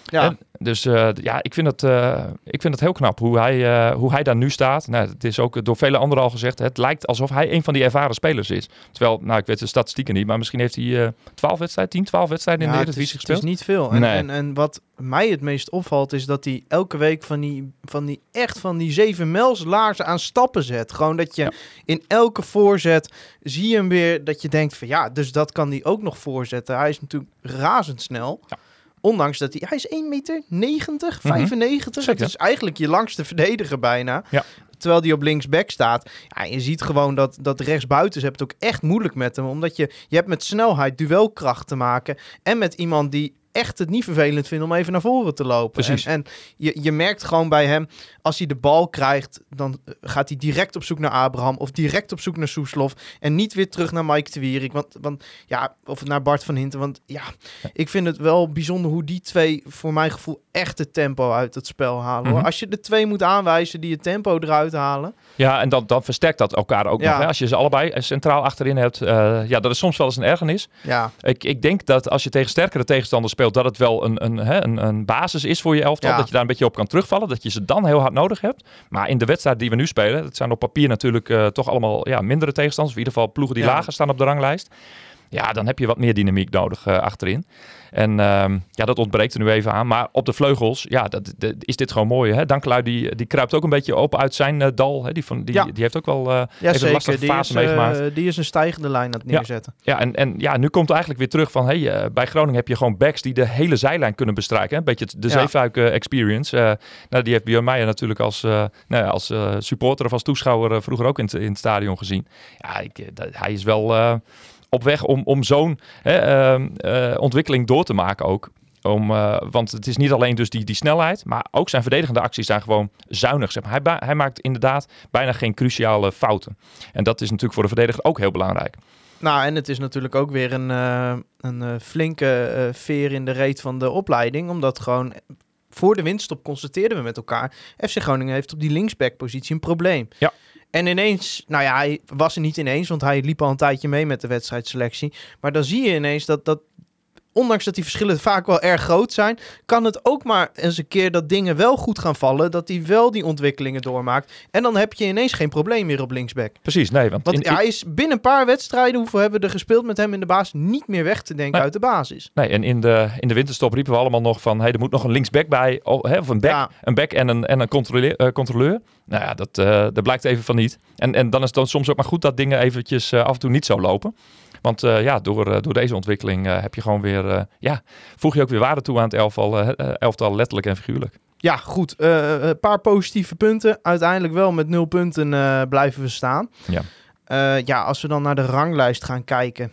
Ja. En, dus uh, ja, ik vind, het, uh, ik vind het heel knap hoe hij, uh, hoe hij daar nu staat. Nou, het is ook door vele anderen al gezegd. Het lijkt alsof hij een van die ervaren spelers is. Terwijl, nou, ik weet de statistieken niet, maar misschien heeft hij uh, twaalf wedstrijden, tien, twaalf wedstrijden ja, in de Eredivisie gespeeld. Het is niet veel. En, nee. en, en wat mij het meest opvalt is dat hij elke week van die, van die echt van die zeven mijls laarzen aan stappen zet. Gewoon dat je ja. in elke voorzet zie je hem weer dat je denkt van ja, dus dat kan hij ook nog voorzetten. Hij is natuurlijk razendsnel. Ja. Ondanks dat hij... Hij is één meter negentig, vijfennegentig. Mm-hmm. Dat is eigenlijk je langste verdediger bijna. Ja. Terwijl die op linksback staat. Ja, je ziet gewoon dat, dat rechtsbuiten... Ze hebben het ook echt moeilijk met hem. Omdat je, je hebt met snelheid duelkracht te maken. En met iemand die echt het niet vervelend vindt om even naar voren te lopen. Precies. En, en je, je merkt gewoon bij hem... Als hij de bal krijgt, dan gaat hij direct op zoek naar Abraham... of direct op zoek naar Soeslof... en niet weer terug naar Mike de Wierik. Want, want ja, of naar Bart van Hinten. Want ja, ik vind het wel bijzonder hoe die twee... voor mijn gevoel echt het tempo uit het spel halen. Mm-hmm. Hoor. Als je de twee moet aanwijzen die het tempo eruit halen... Ja, en dan, dan versterkt dat elkaar ook ja. nog. Hè? Als je ze allebei centraal achterin hebt... Uh, ja, dat is soms wel eens een ergernis. Ja. Ik, ik denk dat als je tegen sterkere tegenstanders speelt... dat het wel een, een, hè, een, een basis is voor je elftal. Ja. Dat je daar een beetje op kan terugvallen. Dat je ze dan heel hard nodig hebt. Maar in de wedstrijd die we nu spelen... dat zijn op papier natuurlijk uh, toch allemaal ja, mindere tegenstanders. Of in ieder geval ploegen die ja. lager staan op de ranglijst. Ja, dan heb je wat meer dynamiek nodig uh, achterin. En uh, ja, dat ontbreekt er nu even aan. Maar op de vleugels, ja, dat, dat is dit gewoon mooi. Hè? Dankelui, die, die kruipt ook een beetje open uit zijn uh, dal. Hè? Die, van, die, ja. die heeft ook wel uh, ja, even een lastige fase die is, meegemaakt. Uh, die is een stijgende lijn aan het neerzetten. Ja, ja en, en ja, nu komt het eigenlijk weer terug van... Hey, uh, bij Groningen heb je gewoon backs die de hele zijlijn kunnen bestrijken. Hè? Een beetje de ja. Zeefuik uh, experience. Uh, nou, die heeft Björn Meijer natuurlijk als, uh, nou ja, als uh, supporter of als toeschouwer... Uh, vroeger ook in, t- in het stadion gezien. Ja, ik, dat, hij is wel... Uh, op weg om, om zo'n hè, uh, uh, ontwikkeling door te maken ook. Om, uh, want het is niet alleen dus die, die snelheid, maar ook zijn verdedigende acties zijn gewoon zuinig. Zeg maar. hij, ba- hij maakt inderdaad bijna geen cruciale fouten. En dat is natuurlijk voor de verdediger ook heel belangrijk. Nou, en het is natuurlijk ook weer een, uh, een uh, flinke uh, veer in de reet van de opleiding. Omdat gewoon voor de winststop constateerden we met elkaar... F C Groningen heeft op die linksbackpositie een probleem. Ja. En ineens, nou ja, hij was er niet ineens, want hij liep al een tijdje mee met de wedstrijdselectie. Maar dan zie je ineens dat, dat ondanks dat die verschillen vaak wel erg groot zijn, kan het ook maar eens een keer dat dingen wel goed gaan vallen, dat hij wel die ontwikkelingen doormaakt. En dan heb je ineens geen probleem meer op linksback. Precies, nee. Want, want in, hij is binnen een paar wedstrijden, hoeveel hebben we er gespeeld met hem in de basis, niet meer weg te denken nee. uit de basis. Nee, en in de, in de winterstop riepen we allemaal nog van, hey, er moet nog een linksback bij, of, hè, of een back, ja. een back en een, en een controleur. Uh, controleur. Nou ja, dat, uh, dat blijkt even van niet. En, en dan is het dan soms ook maar goed dat dingen eventjes uh, af en toe niet zo lopen. Want uh, ja, door, uh, door deze ontwikkeling uh, heb je gewoon weer, uh, ja, voeg je ook weer waarde toe aan het elftal, uh, elftal letterlijk en figuurlijk. Ja, goed. Uh, een paar positieve punten. Uiteindelijk wel met nul punten uh, blijven we staan. Ja. Uh, ja, als we dan naar de ranglijst gaan kijken.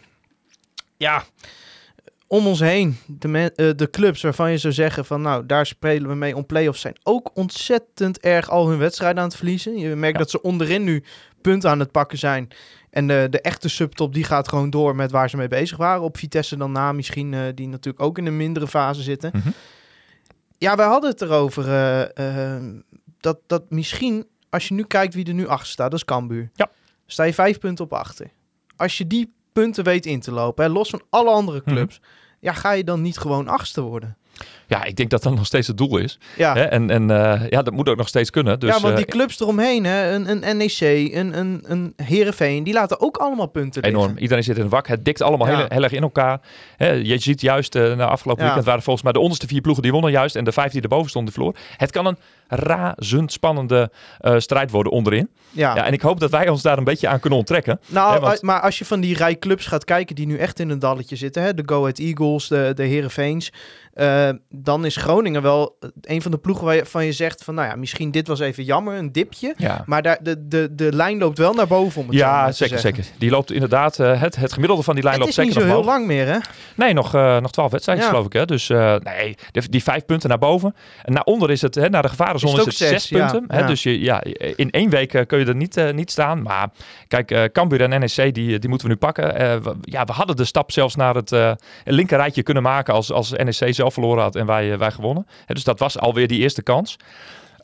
Ja, om ons heen, de, me- uh, de clubs waarvan je zou zeggen van nou, daar spelen we mee om play-offs, zijn ook ontzettend erg al hun wedstrijden aan het verliezen. Je merkt ja. dat ze onderin nu punten aan het pakken zijn. En de, de echte subtop die gaat gewoon door met waar ze mee bezig waren. Op Vitesse dan na misschien, uh, die natuurlijk ook in een mindere fase zitten. Mm-hmm. Ja, wij hadden het erover uh, uh, dat, dat misschien, als je nu kijkt wie er nu achter staat, dat is Cambuur. Ja. Sta je vijf punten op achter. Als je die punten weet in te lopen, hè, los van alle andere clubs, mm-hmm. ja, ga je dan niet gewoon achtste worden? Ja, ik denk dat dat nog steeds het doel is. Ja. Hè? En, en uh, ja, dat moet ook nog steeds kunnen. Dus, ja, want die uh, clubs eromheen, hè, een, een N E C, een, een, een Heerenveen, die laten ook allemaal punten enorm. liggen. Iedereen zit in een wak. Het dikt allemaal ja. heel, heel erg in elkaar. Hè, je ziet juist, uh, na afgelopen ja. weekend waren volgens mij de onderste vier ploegen die wonnen juist. En de vijf die erboven stonden, die verloor. Het kan een razendspannende uh, strijd worden onderin. Ja. Ja, en ik hoop dat wij ons daar een beetje aan kunnen onttrekken. Nou, hè, want... maar als je van die rij clubs gaat kijken die nu echt in een dalletje zitten, hè, de Go Ahead Eagles, de, de Heerenveens, uh, dan is Groningen wel een van de ploegen waarvan je zegt van, nou ja, misschien dit was even jammer, een dipje, ja. maar daar, de, de, de lijn loopt wel naar boven, om het ja, zo zeker, te zeggen. zeker. Die loopt inderdaad, uh, het, het gemiddelde van die lijn het loopt zeker nog Het is niet zo heel lang meer, hè? Nee, nog, uh, nog twaalf wedstrijdjes, ja. geloof ik. Hè? Dus uh, nee, die, die vijf punten naar boven. En naar onder is het, hè, naar de gevarenzone is, is het zes, zes punten. Ja. Hè? Ja. Dus je, ja, in één week uh, kun je er niet, uh, niet staan. Maar kijk, uh, Cambuur en N E C, die, die moeten we nu pakken. Uh, we, ja, we hadden de stap zelfs naar het uh, linkerrijtje kunnen maken als, als N E C zelf verloren had en wij, uh, wij gewonnen. Hè, dus dat was alweer die eerste kans.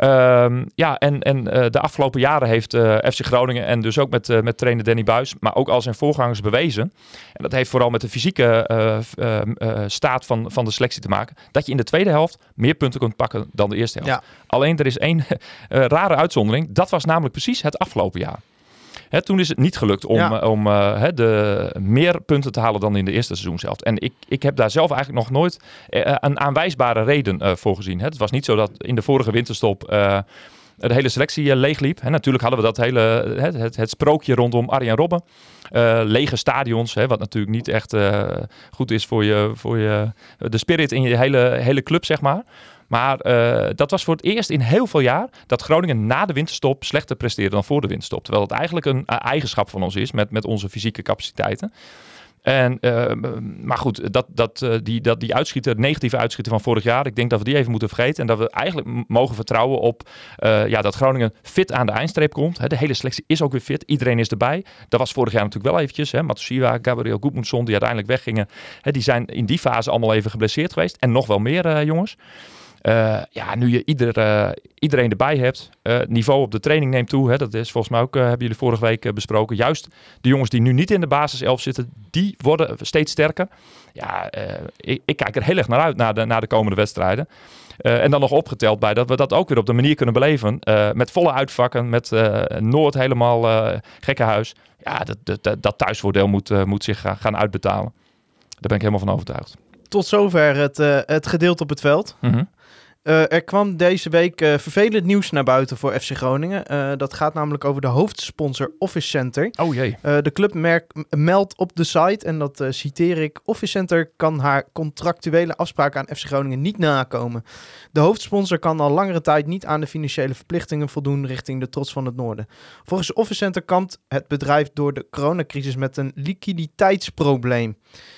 Um, ja, en, en uh, de afgelopen jaren heeft uh, F C Groningen en dus ook met, uh, met trainer Danny Buijs, maar ook al zijn voorgangers bewezen, en dat heeft vooral met de fysieke uh, uh, uh, staat van, van de selectie te maken, dat je in de tweede helft meer punten kunt pakken dan de eerste helft. Ja. Alleen er is één uh, rare uitzondering, dat was namelijk precies het afgelopen jaar. He, toen is het niet gelukt om, ja. om uh, he, de, meer punten te halen dan in de eerste seizoenshelft. En ik, ik heb daar zelf eigenlijk nog nooit uh, een aanwijsbare reden uh, voor gezien. He, het was niet zo dat in de vorige winterstop uh, de hele selectie uh, leegliep. He, natuurlijk hadden we dat hele het, het, het sprookje rondom Arjen Robben. Uh, lege stadions, hè, wat natuurlijk niet echt uh, goed is voor, je, voor je, de spirit in je hele, hele club, zeg maar. Maar uh, dat was voor het eerst in heel veel jaar dat Groningen na de winterstop slechter presteerde dan voor de winterstop. Terwijl het eigenlijk een uh, eigenschap van ons is met, met onze fysieke capaciteiten. En, uh, maar goed, dat, dat, uh, die, dat, die uitschieter, negatieve uitschieter van vorig jaar, ik denk dat we die even moeten vergeten. En dat we eigenlijk m- mogen vertrouwen op uh, ja, dat Groningen fit aan de eindstreep komt. He, de hele selectie is ook weer fit, iedereen is erbij. Dat was vorig jaar natuurlijk wel eventjes. Matusiwa, Gabriel Gudmundsson, die uiteindelijk weggingen. He, die zijn in die fase allemaal even geblesseerd geweest. En nog wel meer uh, jongens. Uh, ja, nu je ieder, uh, iedereen erbij hebt, uh, het niveau op de training neemt toe. Hè, dat is volgens mij ook, uh, hebben jullie vorige week uh, besproken. Juist de jongens die nu niet in de basiself zitten, die worden steeds sterker. Ja, uh, ik, ik kijk er heel erg naar uit naar de, naar de komende wedstrijden. Uh, en dan nog opgeteld bij dat we dat ook weer op de manier kunnen beleven. Uh, met volle uitvakken, met uh, Noord helemaal uh, gekkenhuis. Ja, dat, dat, dat thuisvoordeel moet, uh, moet zich gaan, gaan uitbetalen. Daar ben ik helemaal van overtuigd. Tot zover het, uh, het gedeelte op het veld. Mm-hmm. Uh, er kwam deze week uh, vervelend nieuws naar buiten voor F C Groningen. Uh, dat gaat namelijk over de hoofdsponsor Office Center. Oh jee. Uh, de club merk, meldt op de site, en dat uh, citeer ik: Office Center kan haar contractuele afspraken aan F C Groningen niet nakomen. De hoofdsponsor kan al langere tijd niet aan de financiële verplichtingen voldoen richting de trots van het noorden. Volgens Office Center kampt het bedrijf door de coronacrisis met een liquiditeitsprobleem.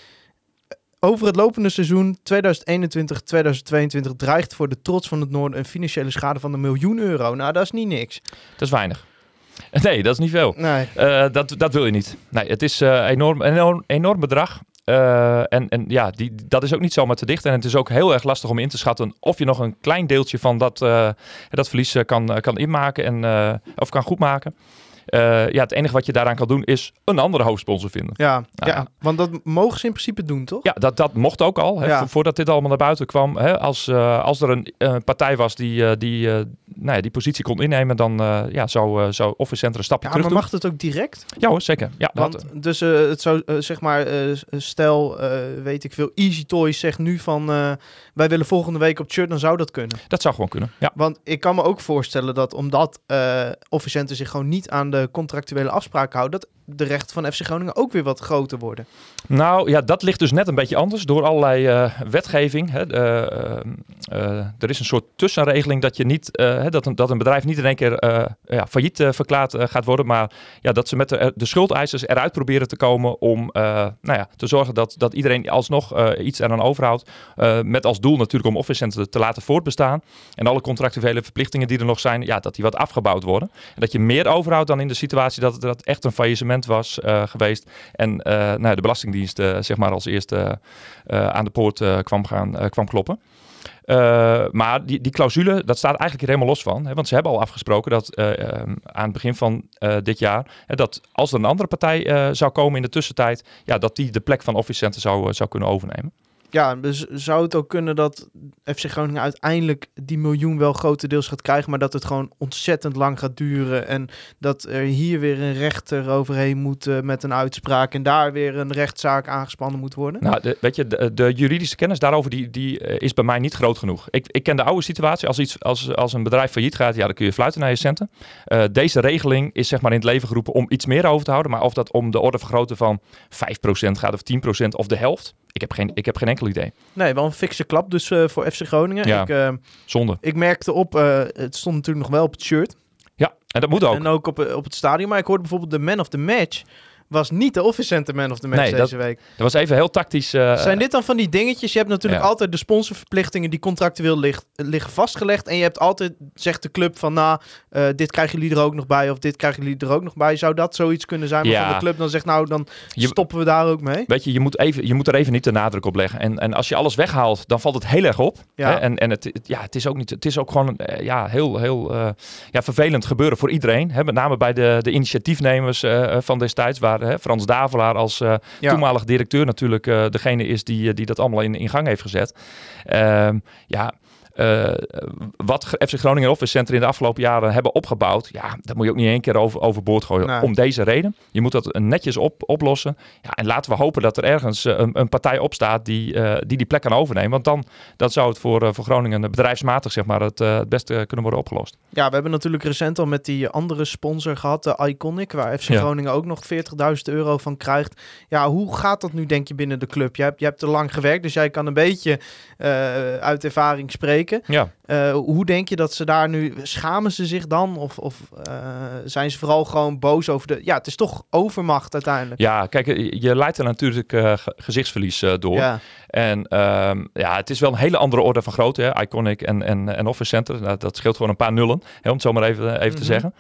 Over het lopende seizoen tweeduizend eenentwintig tweeduizend tweeëntwintig dreigt voor de trots van het noorden een financiële schade van een miljoen euro. Nou, dat is niet niks. Dat is weinig. Nee, dat is niet veel. Nee. Uh, dat, dat wil je niet. Nee, het is uh, enorm, een enorm, enorm bedrag. Uh, en, en ja, die, dat is ook niet zomaar te dichten. En het is ook heel erg lastig om in te schatten of je nog een klein deeltje van dat, uh, dat verlies uh, kan, uh, kan inmaken en, uh, of kan goedmaken. Uh, ja, het enige wat je daaraan kan doen is een andere hoofdsponsor vinden. Ja, nou, ja, want dat mogen ze in principe doen, toch? Ja, dat, dat mocht ook al. Hè, ja. Voordat dit allemaal naar buiten kwam. Hè, als, uh, als er een uh, partij was die uh, die, uh, nou ja, die positie kon innemen, dan uh, ja, zou, uh, zou Office Center een stapje ja, terug maar doen. mag het ook direct? Ja hoor, zeker. Ja, want dat, dus uh, het zou, uh, zeg maar, uh, stel, uh, weet ik veel, Easy Toys zegt nu van, uh, wij willen volgende week op het shirt, dan zou dat kunnen. Dat zou gewoon kunnen, ja. Want ik kan me ook voorstellen dat omdat uh, Office Center zich gewoon niet aan de contractuele afspraken houdt, dat de rechten van F C Groningen ook weer wat groter worden. Nou ja, dat ligt dus net een beetje anders door allerlei uh, wetgeving. Hè. Uh, uh, er is een soort tussenregeling dat je niet, uh, dat, een, dat een bedrijf niet in één keer uh, ja, failliet uh, verklaard uh, gaat worden, maar ja, dat ze met de, de schuldeisers eruit proberen te komen om uh, nou ja, te zorgen dat, dat iedereen alsnog uh, iets eraan overhoudt. Uh, met als doel natuurlijk om Office Center te laten voortbestaan. En alle contractuele verplichtingen die er nog zijn, ja, dat die wat afgebouwd worden. En dat je meer overhoudt dan in de situatie dat het echt een faillissement was uh, geweest. En uh, nou, de Belastingdienst uh, zeg maar als eerste uh, aan de poort uh, kwam, gaan, uh, kwam kloppen. Uh, maar die, die clausule, dat staat eigenlijk hier helemaal los van. Hè, want ze hebben al afgesproken dat uh, uh, aan het begin van uh, dit jaar, hè, dat als er een andere partij uh, zou komen in de tussentijd, ja, dat die de plek van Office Center zou, uh, zou kunnen overnemen. Ja, dus zou het ook kunnen dat F C Groningen uiteindelijk die miljoen wel grotendeels gaat krijgen, maar dat het gewoon ontzettend lang gaat duren en dat er hier weer een rechter overheen moet uh, met een uitspraak en daar weer een rechtszaak aangespannen moet worden? Nou, de, weet je, de, de juridische kennis daarover die, die uh, is bij mij niet groot genoeg. Ik, ik ken de oude situatie. Als, iets, als, als een bedrijf failliet gaat, ja, dan kun je fluiten naar je centen. Uh, deze regeling is zeg maar in het leven geroepen om iets meer over te houden, maar of dat om de orde vergroten van vijf procent gaat of tien procent of de helft, Ik heb, geen, ik heb geen enkel idee. Nee, wel een fikse klap dus uh, voor F C Groningen. Ja, ik, uh, zonde. Ik merkte op, uh, het stond natuurlijk nog wel op het shirt. Ja, en dat moet ook. En ook op, op het stadion. Maar ik hoorde bijvoorbeeld de man of the match was niet de Office Center Man of the Match Nee, deze dat- week. Dat was even heel tactisch. Uh, Zijn dit dan van die dingetjes? Je hebt natuurlijk Ja. altijd de sponsorverplichtingen die contractueel ligt, liggen vastgelegd. En je hebt altijd, zegt de club van, nou, uh, dit krijgen jullie er ook nog bij. Of dit krijgen jullie er ook nog bij. Zou dat zoiets kunnen zijn? Ja. Waarvan de club dan zegt, nou, dan Je- stoppen we daar ook mee. Weet je, je moet, even, je moet er even niet de nadruk op leggen. En, en als je alles weghaalt, dan valt het heel erg op. Ja. Hè? En, en het, het- ja, het is ook niet. Het is ook gewoon uh, ja, heel, heel uh, ja, vervelend gebeuren voor iedereen. Hè? Met name bij de, de initiatiefnemers uh, van destijds, waar uh, Frans Davelaar als uh, Ja. toenmalig directeur natuurlijk uh, degene is die, die dat allemaal in, in gang heeft gezet. Uh, ja. Uh, wat F C Groningen en Office Center in de afgelopen jaren hebben opgebouwd, ja, dat moet je ook niet één keer over, overboord gooien. Nee. Om deze reden. Je moet dat netjes op, oplossen. Ja, en laten we hopen dat er ergens uh, een, een partij opstaat die, uh, die die plek kan overnemen. Want dan dat zou het voor, uh, voor Groningen bedrijfsmatig zeg maar, het, uh, het beste kunnen worden opgelost. Ja, we hebben natuurlijk recent al met die andere sponsor gehad, de Iconic, waar F C Ja. Groningen ook nog veertigduizend euro van krijgt. Ja, hoe gaat dat nu, denk je, binnen de club? Je hebt, je hebt er lang gewerkt, dus jij kan een beetje uh, uit ervaring spreken. Ja. Uh, hoe denk je dat ze daar nu... Schamen ze zich dan? Of, of uh, zijn ze vooral gewoon boos over de... Ja, het is toch overmacht uiteindelijk. Ja, kijk, je leidt er natuurlijk uh, ge- gezichtsverlies uh, door. Ja. En um, ja, het is wel een hele andere orde van grootte. Hè? Iconic en, en, en Office Center. Nou, dat scheelt gewoon een paar nullen, hè, om het zo maar even, even Mm-hmm. te zeggen.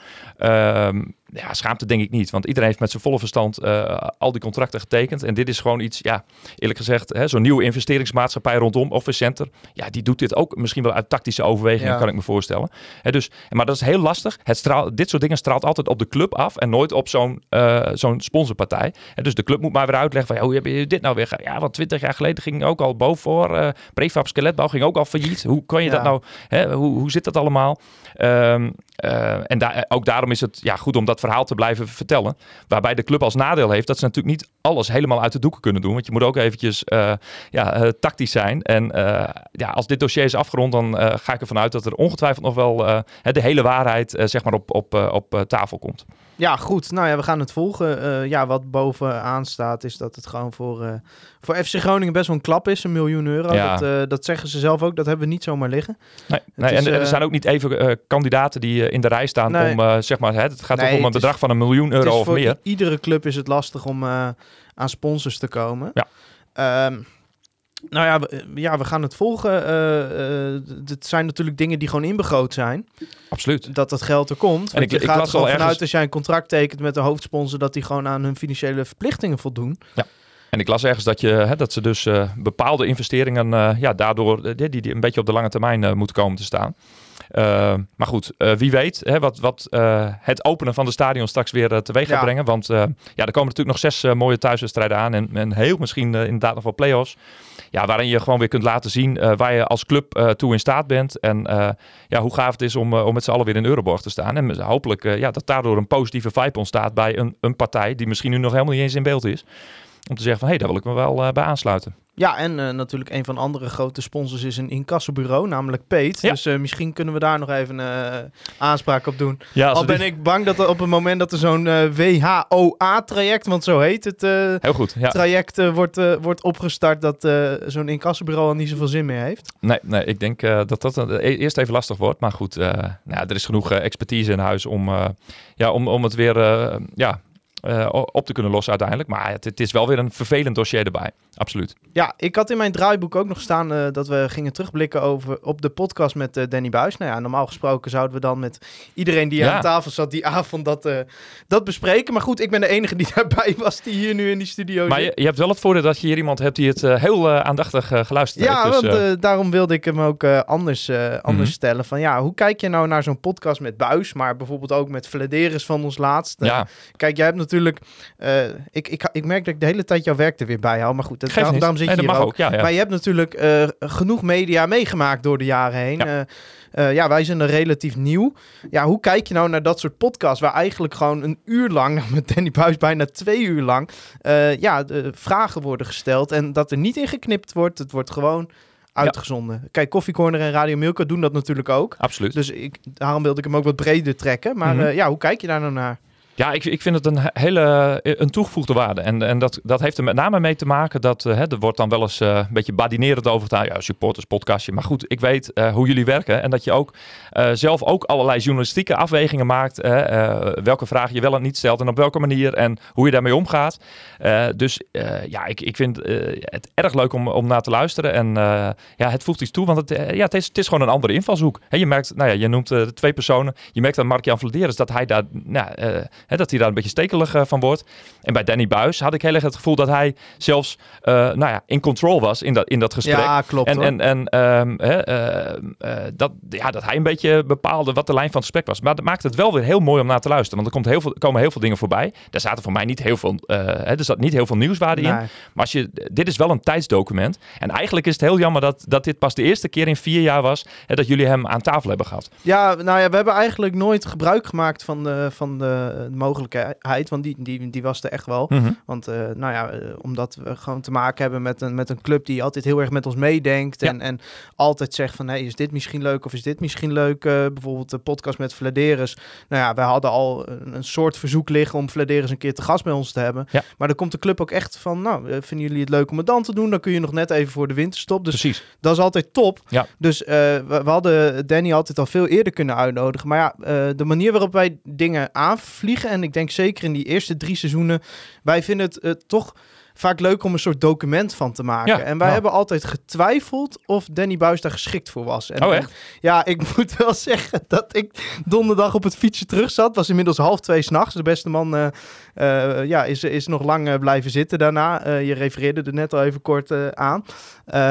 Um, ja, schaamte denk ik niet. Want iedereen heeft met zijn volle verstand uh, al die contracten getekend. En dit is gewoon iets, ja, eerlijk gezegd, hè, zo'n nieuwe investeringsmaatschappij rondom Office Center. Ja, die doet dit ook misschien wel uit tactische overwegingen, Ja. kan ik me voorstellen. Hè, dus, maar dat is heel lastig. Het straalt, dit soort dingen straalt altijd op de club af en nooit op zo'n, uh, zo'n sponsorpartij. Hè, dus de club moet maar weer uitleggen van, ja, hoe heb je dit nou weer gedaan? Ja, want twintig jaar geleden ging ook al boven voor. Uh, Prefab Skeletbouw ging ook al failliet. Hoe kan je Ja. dat nou, hè, hoe, hoe zit dat allemaal? Um, uh, en da- ook daarom is het ja, goed om dat verhaal te blijven vertellen. Waarbij de club als nadeel heeft dat ze natuurlijk niet alles helemaal uit de doeken kunnen doen. Want je moet ook eventjes uh, ja, uh, tactisch zijn. En uh, ja, als dit dossier is afgerond, dan uh, ga ik ervan uit dat er ongetwijfeld nog wel uh, de hele waarheid uh, zeg maar op, op, uh, op uh, tafel komt. Ja, goed. Nou ja, we gaan het volgen. Uh, ja, wat bovenaan staat is dat het gewoon voor, uh, voor F C Groningen best wel een klap is. Een miljoen euro. Ja. Dat, uh, dat zeggen ze zelf ook. Dat hebben we niet zomaar liggen. Nee, nee, is, en er uh, zijn ook niet even uh, kandidaten die uh, in de rij staan Nee. om, uh, zeg maar, hè, het gaat Nee, toch om een het is- bedrag van een miljoen Het euro is of voor meer. i- iedere club is het lastig om uh, aan sponsors te komen. Ja. Um, nou ja we, ja, we gaan het volgen. Uh, uh, het zijn natuurlijk dingen die gewoon inbegroot zijn. Absoluut. Dat dat geld er komt. En Want ik- je ik gaat las er gewoon al vanuit ergens- als jij een contract tekent met een hoofdsponsor, dat die gewoon aan hun financiële verplichtingen voldoen. En ik las ergens dat, je, hè, dat ze dus uh, bepaalde investeringen uh, ja, daardoor uh, die, die een beetje op de lange termijn uh, moeten komen te staan. Uh, maar goed, uh, wie weet hè, wat, wat uh, het openen van de stadion straks weer uh, teweeg gaat Ja. brengen. Want uh, ja, er komen natuurlijk nog zes uh, mooie thuiswedstrijden aan. En, en heel misschien uh, inderdaad nog wel play-offs. Ja, waarin je gewoon weer kunt laten zien uh, waar je als club uh, toe in staat bent. En uh, ja, hoe gaaf het is om, uh, om met z'n allen weer in Euroborg te staan. En hopelijk uh, ja, dat daardoor een positieve vibe ontstaat bij een, een partij die misschien nu nog helemaal niet eens in beeld is. Om te zeggen van, hé, hey, daar wil ik me wel uh, bij aansluiten. Ja, en uh, natuurlijk een van de andere grote sponsors is een incassobureau, namelijk Peet. Ja. Dus uh, misschien kunnen we daar nog even uh, aanspraak op doen. Ja, Al ben ik bang dat er op het moment dat er zo'n uh, W H O A-traject, want zo heet het uh, Heel goed, ja. traject, uh, wordt, uh, wordt opgestart, dat uh, zo'n incassobureau al niet zoveel zin meer heeft. Nee, nee, ik denk uh, dat dat uh, eerst even lastig wordt. Maar goed, uh, nou, ja, er is genoeg uh, expertise in huis om, uh, ja, om, om het weer uh, ja, uh, op te kunnen lossen uiteindelijk. Maar het, het is wel weer een vervelend dossier erbij. Absoluut. Ja, ik had in mijn draaiboek ook nog staan uh, dat we gingen terugblikken over, op de podcast met uh, Danny Buis. Nou ja, normaal gesproken zouden we dan met iedereen die Ja. aan tafel zat die avond dat, uh, dat bespreken. Maar goed, ik ben de enige die daarbij was die hier nu in die studio Maar zit. je, je hebt wel het voordeel dat je hier iemand hebt die het uh, heel uh, aandachtig uh, geluisterd Ja, heeft. Dus, want uh, uh, daarom wilde ik hem ook uh, anders, uh, anders Mhm. stellen. Van ja, hoe kijk je nou naar zo'n podcast met Buis, maar bijvoorbeeld ook met Vladeris van ons laatst? Uh, ja, Kijk, jij hebt natuurlijk... Uh, ik, ik, ik merk dat ik de hele tijd jouw werk er weer bij hou, maar goed, dat, geeft daarom, niet. daarom zit Nee, je dat hier mag ook. ook. Ja, ja. Maar je hebt natuurlijk uh, genoeg media meegemaakt door de jaren heen. Ja. Ja. Uh, uh, ja, wij zijn er relatief nieuw. Ja, hoe kijk je nou naar dat soort podcasts waar eigenlijk gewoon een uur lang, nou met Danny Buis bijna twee uur lang, uh, ja, de vragen worden gesteld en dat er niet in geknipt wordt. Het wordt gewoon uitgezonden. Kijk, Coffee Corner en Radio Milka doen dat natuurlijk ook. Absoluut. Dus ik, daarom wilde ik hem ook wat breder trekken. Maar Mhm. uh, ja, hoe kijk je daar nou naar? Ja, ik, ik vind het een hele een toegevoegde waarde. En, en dat, dat heeft er met name mee te maken dat uh, hè, er wordt dan wel eens uh, een beetje badinerend over gedaan. Ja, supporters, podcastje. Maar goed, ik weet uh, hoe jullie werken. En dat je ook uh, zelf ook allerlei journalistieke afwegingen maakt. Uh, uh, welke vragen je wel en niet stelt en op welke manier. En hoe je daarmee omgaat. Uh, dus uh, ja, ik, ik vind uh, het erg leuk om, om naar te luisteren. En uh, ja, het voegt iets toe. Want het, uh, ja, het, is, het is gewoon een andere invalshoek. He, je merkt, nou ja, je noemt uh, de twee personen. Je merkt aan Mark-Jan Vladeres dat hij daar... Nou, uh, He, dat hij daar een beetje stekelig uh, van wordt. En bij Danny Buis had ik heel erg het gevoel dat hij zelfs uh, nou ja, in control was in dat, in dat gesprek. Ja, klopt. En, hoor. en, en um, he, uh, uh, dat, ja, dat hij een beetje bepaalde wat de lijn van het gesprek was. Maar dat maakt het wel weer heel mooi om naar te luisteren. Want er komt heel veel, komen heel veel dingen voorbij. Daar zaten voor mij niet heel veel, uh, he, er zat niet heel veel nieuwswaarde Nee. in. Maar als je, dit is wel een tijdsdocument. En eigenlijk is het heel jammer dat, dat dit pas de eerste keer in vier jaar was he, dat jullie hem aan tafel hebben gehad. Ja, nou ja, we hebben eigenlijk nooit gebruik gemaakt van de, van de mogelijkheid, want die, die, die was er echt wel. Mm-hmm. Want uh, nou ja, uh, omdat we gewoon te maken hebben met een, met een club die altijd heel erg met ons meedenkt Ja. en, en altijd zegt van, hey, is dit misschien leuk of is dit misschien leuk? Uh, bijvoorbeeld de podcast met Vladeres. Nou ja, wij hadden al een, een soort verzoek liggen om Vladeres een keer te gast bij ons te hebben. Ja. Maar dan komt de club ook echt van, nou, uh, vinden jullie het leuk om het dan te doen? Dan kun je nog net even voor de winterstop. Dus Precies. dat is altijd top. Ja. Dus uh, we, we hadden Danny altijd al veel eerder kunnen uitnodigen. Maar ja, uh, de manier waarop wij dingen aanvliegen, en ik denk zeker in die eerste drie seizoenen, wij vinden het uh, toch vaak leuk om een soort document van te maken. Ja, en wij ja. hebben altijd getwijfeld of Danny Buis daar geschikt voor was. En, Oh, echt? en, ja, ik moet wel zeggen dat ik donderdag op het fietsje terug zat. Het was inmiddels half twee 's nachts. De beste man uh, uh, ja, is, is nog lang uh, blijven zitten daarna. Uh, je refereerde er net al even kort uh, aan. Uh,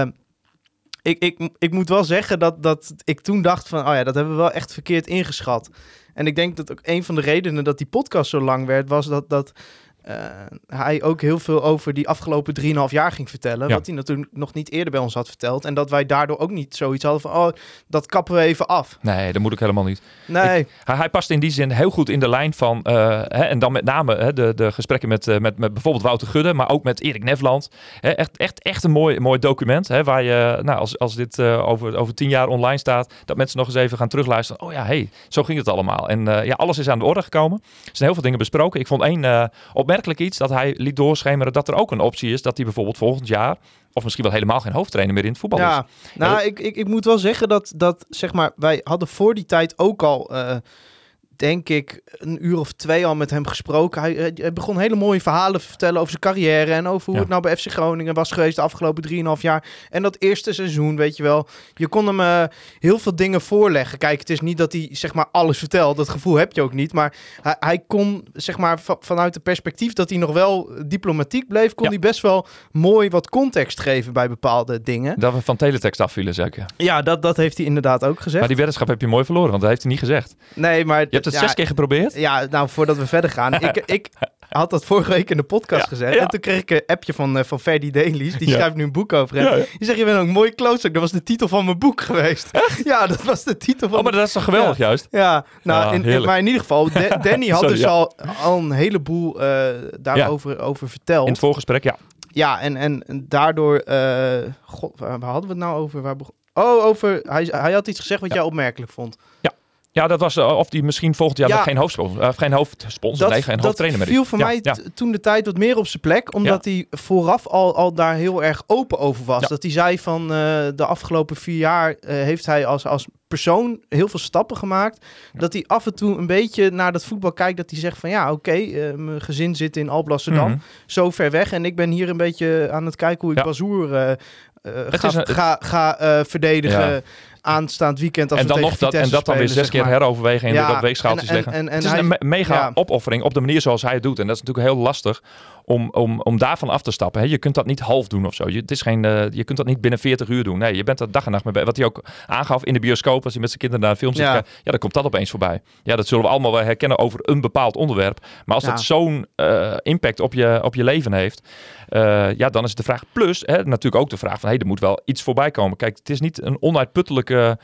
Ik, ik, ik moet wel zeggen dat, dat ik toen dacht van, oh ja, dat hebben we wel echt verkeerd ingeschat. En ik denk dat ook een van de redenen dat die podcast zo lang werd, was dat, dat uh, hij ook heel veel over die afgelopen drieënhalf jaar ging vertellen. Ja. Wat hij natuurlijk nog niet eerder bij ons had verteld. En dat wij daardoor ook niet zoiets hadden van, oh, dat kappen we even af. Nee, dat moet ik helemaal niet. Nee. Ik, hij, hij past in die zin heel goed in de lijn van... Uh, hè, en dan met name hè, de, de gesprekken met, uh, met, met bijvoorbeeld Wouter Gudde... maar ook met Erik Nevland. Hè, echt, echt, echt een mooi, mooi document. Hè, waar je, nou, als, als dit uh, over, over tien jaar online staat... dat mensen nog eens even gaan terugluisteren. Oh ja, hey, zo ging het allemaal. En uh, ja, alles is aan de orde gekomen. Er zijn heel veel dingen besproken. Ik vond één uh, opmerkelijk iets... dat hij liet doorschemeren dat er ook een optie is... dat hij bijvoorbeeld volgend jaar... of misschien wel helemaal geen hoofdtrainer meer in het voetbal is. Ja, nou, ik, ik, ik moet wel zeggen dat, dat, zeg maar, wij hadden voor die tijd ook al, uh, denk ik, een uur of twee al met hem gesproken. Hij, hij begon hele mooie verhalen te vertellen over zijn carrière en over hoe Ja. het nou bij F C Groningen was geweest de afgelopen drieënhalf jaar. En dat eerste seizoen, weet je wel, je kon hem uh, heel veel dingen voorleggen. Kijk, het is niet dat hij, zeg maar, alles vertelt. Dat gevoel heb je ook niet. Maar hij, hij kon, zeg maar, va- vanuit het perspectief dat hij nog wel diplomatiek bleef, kon Ja. hij best wel mooi wat context geven bij bepaalde dingen. Dat we van teletext afvielen, zeker. Ja, dat, dat heeft hij inderdaad ook gezegd. Maar die weddenschap heb je mooi verloren, want dat heeft hij niet gezegd. Nee, maar... Je hebt het ja, zes keer geprobeerd. Ja, nou, voordat we verder gaan. ik, ik had dat vorige week in de podcast Ja, gezegd. ja. En toen kreeg ik een appje van, uh, van Ferdy Dailies. Die Ja. schrijft nu een boek over hem. Ja, ja. Die zegt, je bent ook een mooie klootzak. Dat was de titel van mijn boek geweest. Ja, dat was de titel van... Oh, maar dat is toch geweldig, Ja. juist? Ja, nou, Ja, in, in, heerlijk. maar in ieder geval, Da- Danny had Sorry, dus ja. al, al een heleboel uh, daarover over verteld. In het voorgesprek, ja. Ja, en, en, en daardoor... Uh, God, waar, waar hadden we het nou over? Waar begon... Oh, over... Hij, hij had iets gezegd wat Ja. jij opmerkelijk vond. Ja, dat was uh, of die misschien volgend jaar Ja. nog geen hoofdsponsor, uh, geen hoofdsponsor, nee, geen hoofdtrainer meer is. viel voor Ja, mij ja. t- toen de tijd wat meer op zijn plek. Omdat hij vooraf al, al daar heel erg open over was. Ja. Dat hij zei van uh, de afgelopen vier jaar uh, heeft hij als, als persoon heel veel stappen gemaakt. Ja. Dat hij af en toe een beetje naar dat voetbal kijkt. Dat hij zegt van ja, oké, okay, uh, mijn gezin zit in Alblasserdam. Mhm. Zo ver weg. En ik ben hier een beetje aan het kijken hoe ik Ja. Bazoer uh, uh, ga, is een- ga, ga uh, verdedigen. Ja. Aanstaand weekend als En we dan, tegen nog dat, en Vitesse dat dan weer spelen, zes zeg keer maar. heroverwegen en Ja, weer op weegschaaltjes en- en- leggen. en- en het is hij- een me- mega ja. opoffering op de manier zoals hij het doet. En dat is natuurlijk heel lastig om, om, om daarvan af te stappen. Hè. Je kunt dat niet half doen of zo. Je, het is geen, uh, je kunt dat niet binnen veertig uur doen. Nee, je bent er dag en nacht mee bij. Wat hij ook aangaf in de bioscoop, als hij met zijn kinderen naar een film zit, Ja. ja. ja, dan komt dat opeens voorbij. Ja, dat zullen we allemaal wel herkennen over een bepaald onderwerp. Maar als Ja. dat zo'n uh, impact op je, op je leven heeft, uh, ja, dan is het de vraag. Plus, hè, natuurlijk ook de vraag van, hey, er moet wel iets voorbij komen. Kijk, het is niet een onuitputtelijke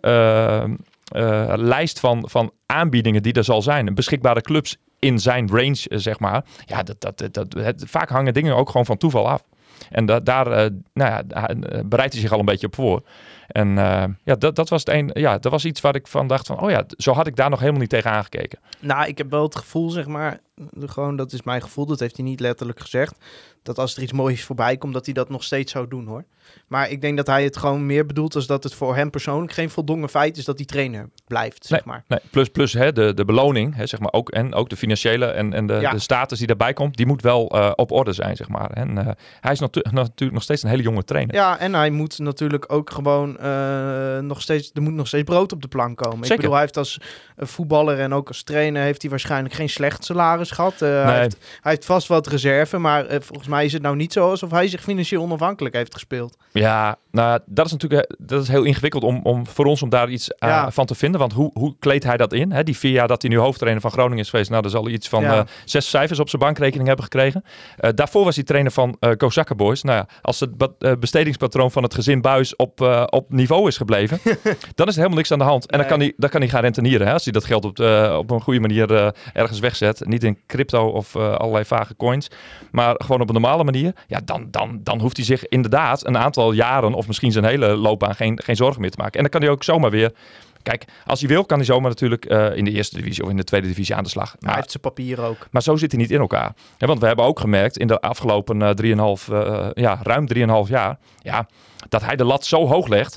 Uh, uh, lijst van, van aanbiedingen die er zal zijn. Beschikbare clubs in zijn range, uh, zeg maar. Ja, dat, dat, dat, dat, het, vaak hangen dingen ook gewoon van toeval af. En da- daar uh, nou ja, uh, bereidt hij zich al een beetje op voor. En uh, ja, dat, dat was het een, ja, dat was iets waar ik van dacht van, oh ja, zo had ik daar nog helemaal niet tegen aangekeken. Nou, ik heb wel het gevoel, zeg maar, gewoon dat is mijn gevoel, dat heeft hij niet letterlijk gezegd, dat als er iets moois voorbij komt, dat hij dat nog steeds zou doen, hoor. Maar ik denk dat hij het gewoon meer bedoelt als dat het voor hem persoonlijk geen voldongen feit is dat hij trainer blijft, zeg nee, maar. Nee, plus plus hè, de, de beloning, hè, zeg maar, ook, en ook de financiële en, en de, ja. de status die daarbij komt, die moet wel uh, op orde zijn, zeg maar. En uh, hij is natu- natuurlijk nog steeds een hele jonge trainer. Ja, en hij moet natuurlijk ook gewoon uh, nog steeds, er moet nog steeds brood op de plank komen. Zeker. Ik bedoel, hij heeft als uh, voetballer en ook als trainer heeft hij waarschijnlijk geen slecht salaris gehad. Uh, nee. hij, heeft, hij heeft vast wat reserve, maar uh, volgens mij is het nou niet zo alsof hij zich financieel onafhankelijk heeft gespeeld. Ja, nou, dat is natuurlijk dat is heel ingewikkeld om, om voor ons om daar iets uh, Ja. van te vinden. Want hoe, hoe kleedt hij dat in? Hè? Die vier jaar dat hij nu hoofdtrainer van Groningen is geweest. Nou, daar zal hij iets van Ja. uh, zes cijfers op zijn bankrekening hebben gekregen. Uh, daarvoor was hij trainer van uh, Go Zakken Boys. Nou ja, als het ba- uh, bestedingspatroon van het gezin Buijs op, uh, op niveau is gebleven, dan is er helemaal niks aan de hand. En Nee. dan, kan hij, dan kan hij gaan rentenieren. Hè? Als hij dat geld op, uh, op een goede manier uh, ergens wegzet. Niet in crypto of uh, allerlei vage coins. Maar gewoon op een normale manier. Ja, dan, dan, dan hoeft hij zich inderdaad een aantal jaren of misschien zijn hele loopbaan geen, geen zorgen meer te maken. En dan kan hij ook zomaar weer... Kijk, als hij wil, kan hij zomaar natuurlijk uh, in de eerste divisie of in de tweede divisie aan de slag. Hij Maar, heeft zijn papier ook. maar zo zit hij niet in elkaar. Ja, want we hebben ook gemerkt in de afgelopen uh, drieënhalf, uh, ja, ruim drieënhalf jaar, ja, dat hij de lat zo hoog legt.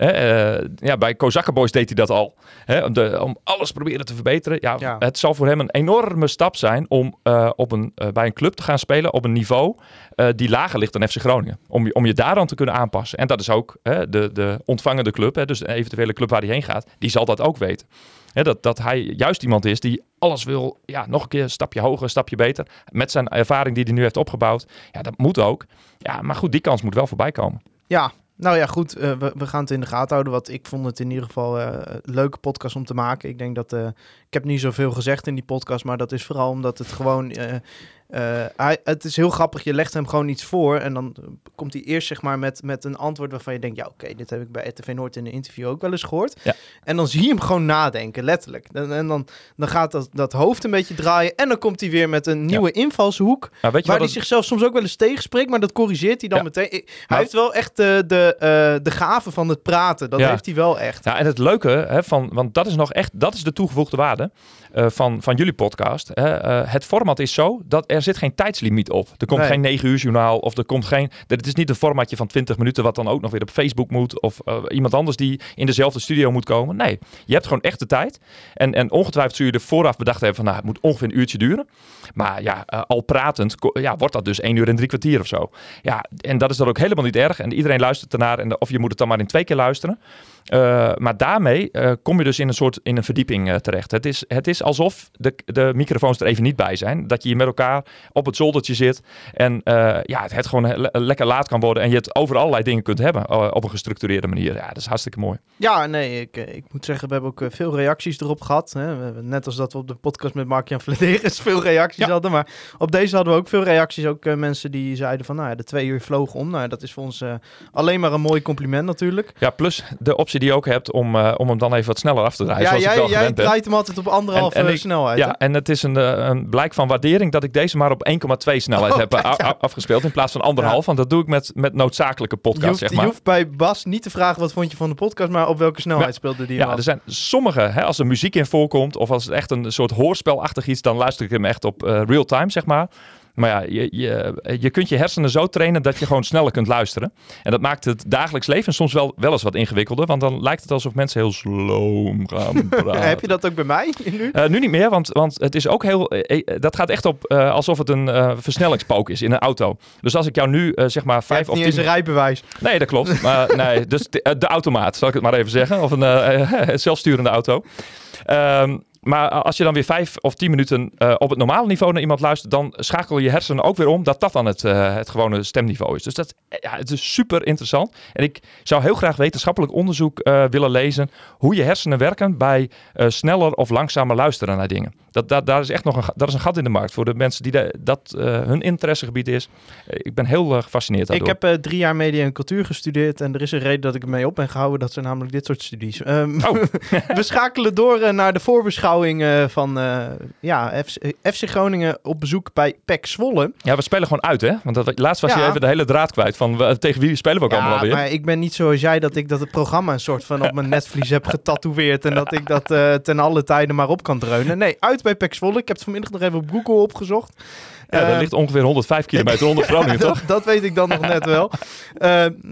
Uh, ja, bij Go Zakken Boys deed hij dat al. Hè, om, de, om alles proberen te verbeteren. Ja, Ja. Het zal voor hem een enorme stap zijn om uh, op een, uh, bij een club te gaan spelen op een niveau uh, die lager ligt dan F C Groningen. Om, je- om je daar dan te kunnen aanpassen. En dat is ook hè, de, de ontvangende club, hè, dus de eventuele club waar hij heen gaat, die zal dat ook weten. Hè, dat, dat hij juist iemand is die alles wil, ja, nog een keer een stapje hoger, een stapje beter. Met zijn ervaring die hij nu heeft opgebouwd. Ja, dat moet ook. Ja, maar goed, die kans moet wel voorbij komen. Ja, nou ja, goed. Uh, we, we gaan het in de gaten houden. Want ik vond het in ieder geval uh, een leuke podcast om te maken. Ik denk dat... Uh, ik heb niet zoveel gezegd in die podcast, maar dat is vooral omdat het gewoon... Uh, uh, hij, het is heel grappig, je legt hem gewoon iets voor en dan komt hij eerst zeg maar met, met een antwoord waarvan je denkt, ja oké, okay, dit heb ik bij R T V Noord in een interview ook wel eens gehoord. Ja. En dan zie je hem gewoon nadenken, letterlijk. En, en dan, dan gaat dat, dat hoofd een beetje draaien en dan komt hij weer met een nieuwe ja. invalshoek, Nou, weet je waar wat hij het- zichzelf soms ook wel eens tegenspreekt, maar dat corrigeert hij dan Ja. meteen. Ik- Hij Maar- heeft wel echt de, de, uh, de gave van het praten, dat Ja. heeft hij wel echt. Ja, en het leuke, hè, van, want dat is nog echt, dat is de toegevoegde waarde uh, van, van jullie podcast. Hè. Uh, het format is zo dat er zit geen tijdslimiet op. Er komt Nee. geen negen uur journaal of er komt geen... Het is niet een formatje van twintig minuten wat dan ook nog weer op Facebook moet of uh, iemand anders die in dezelfde studio moet komen. Nee, je hebt gewoon echt de tijd. En, en ongetwijfeld zul je er vooraf bedacht hebben van nou, het moet ongeveer een uurtje duren. Maar ja, uh, al pratend ko- ja, wordt dat dus één uur en drie kwartier of zo. Ja, en dat is dan ook helemaal niet erg. En iedereen luistert ernaar. En de, of je moet het dan maar in twee keer luisteren. Uh, maar daarmee uh, kom je dus in een soort in een verdieping uh, terecht. Het is, het is alsof de, de microfoons er even niet bij zijn. Dat je hier met elkaar op het zoldertje zit. En uh, ja, het, het gewoon le- lekker laat kan worden. En je het over allerlei dingen kunt hebben. Uh, op een gestructureerde manier. Ja, dat is hartstikke mooi. Ja, nee, ik, ik moet zeggen, we hebben ook uh, veel reacties erop gehad. Hè. We hebben, net als dat we op de podcast met Mark-Jan Vladeris veel reacties Ja. hadden. Maar op deze hadden we ook veel reacties. Ook uh, mensen die zeiden van, nou ja, de twee uur vlogen om. Nou, ja, dat is voor ons uh, alleen maar een mooi compliment natuurlijk. Ja, plus de optie die je ook hebt om, uh, om hem dan even wat sneller af te draaien. Ja, zoals ik jij, wel jij gewend ben. draait hem altijd op anderhalf En- en uh, ik- snelheid. Ja, hè? en het is een, uh, een blijk van waardering dat ik deze maar op één komma twee snelheid Oh, heb uh, kijk, ja. a- afgespeeld in plaats van anderhalf. Want dat doe ik met, met noodzakelijke Je podcasts, hoeft, zeg je maar. hoeft bij Bas niet te vragen wat vond je van de podcast, maar op welke snelheid Ja. speelde die Ja, hem er af? zijn sommige, hè, als er muziek in voorkomt of als het echt een soort hoorspelachtig iets, dan luister ik hem echt op uh, real time, zeg maar. Maar ja, je, je, je kunt je hersenen zo trainen dat je gewoon sneller kunt luisteren. En dat maakt het dagelijks leven soms wel, wel eens wat ingewikkelder. Want dan lijkt het alsof mensen heel sloom gaan praten. Heb je dat ook bij mij nu? Uh, nu niet meer, want, want het is ook heel... Uh, uh, dat gaat echt op uh, alsof het een uh, versnellingspook is in een auto. Dus als ik jou nu uh, zeg maar Je vijf hebt of niet tien... eens een rijbewijs. Nee, dat klopt. Maar nee, dus de, uh, de automaat, zal ik het maar even zeggen. Of een uh, zelfsturende auto. Um, Maar als je dan weer vijf of tien minuten uh, op het normale niveau naar iemand luistert, dan schakel je hersenen ook weer om dat dat dan het, uh, het gewone stemniveau is. Dus dat, ja, het is super interessant. En ik zou heel graag wetenschappelijk onderzoek uh, willen lezen hoe je hersenen werken bij uh, sneller of langzamer luisteren naar dingen. Dat, dat, daar is echt nog een, dat is een gat in de markt voor de mensen die de, dat uh, hun interessegebied is. Ik ben heel uh, gefascineerd daardoor. Ik heb uh, drie jaar media en cultuur gestudeerd en er is een reden dat ik ermee op ben gehouden. Dat zijn namelijk dit soort studies. Um, oh. We schakelen door uh, naar de voorbeschouwing uh, van uh, ja, F C, F C Groningen op bezoek bij P E C Zwolle. Ja, we spelen gewoon uit, hè? Want dat, laatst was ja. je even de hele draad kwijt van uh, tegen wie spelen we ook ja, allemaal alweer. Maar ik ben niet zoals jij dat ik dat het programma een soort van op mijn netvlies heb getatoeëerd en dat ik dat uh, ten alle tijden maar op kan dreunen. Nee, uit bij P E C Zwolle. Ik heb het vanmiddag nog even op Google opgezocht. Ja, uh, dat ligt ongeveer honderdvijf kilometer onder Groningen, toch? Dat, dat weet ik dan nog net wel. Uh,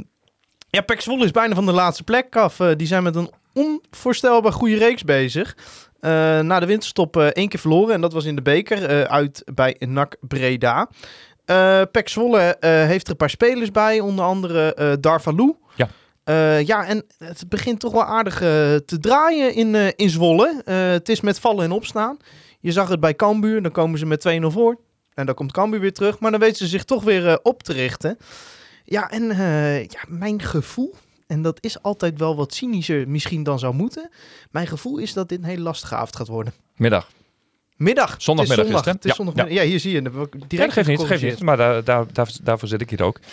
ja, P E C Zwolle is bijna van de laatste plek af. Uh, die zijn met een onvoorstelbaar goede reeks bezig. Uh, na de winterstop uh, één keer verloren. En dat was in de beker. Uh, uit bij N A C Breda. Uh, P E C Zwolle uh, heeft er een paar spelers bij. Onder andere uh, Darvalu. Ja. Uh, ja, en het begint toch wel aardig uh, te draaien in, uh, in Zwolle. Uh, het is met vallen en opstaan. Je zag het bij Cambuur. Dan komen ze met twee nul voor. En dan komt Cambuur weer terug. Maar dan weten ze zich toch weer uh, op te richten. Ja, en uh, ja, mijn gevoel... En dat is altijd wel wat cynischer misschien dan zou moeten. Mijn gevoel is dat dit een hele lastige avond gaat worden. Middag. Middag. Zondagmiddag het is zondag. is het, hè? Het is Ja, zondagmiddag. ja. Ja, hier zie je. Direct ja, dat geeft niet, geeft niet. Maar daar, daar, daar, daarvoor zit ik hier ook.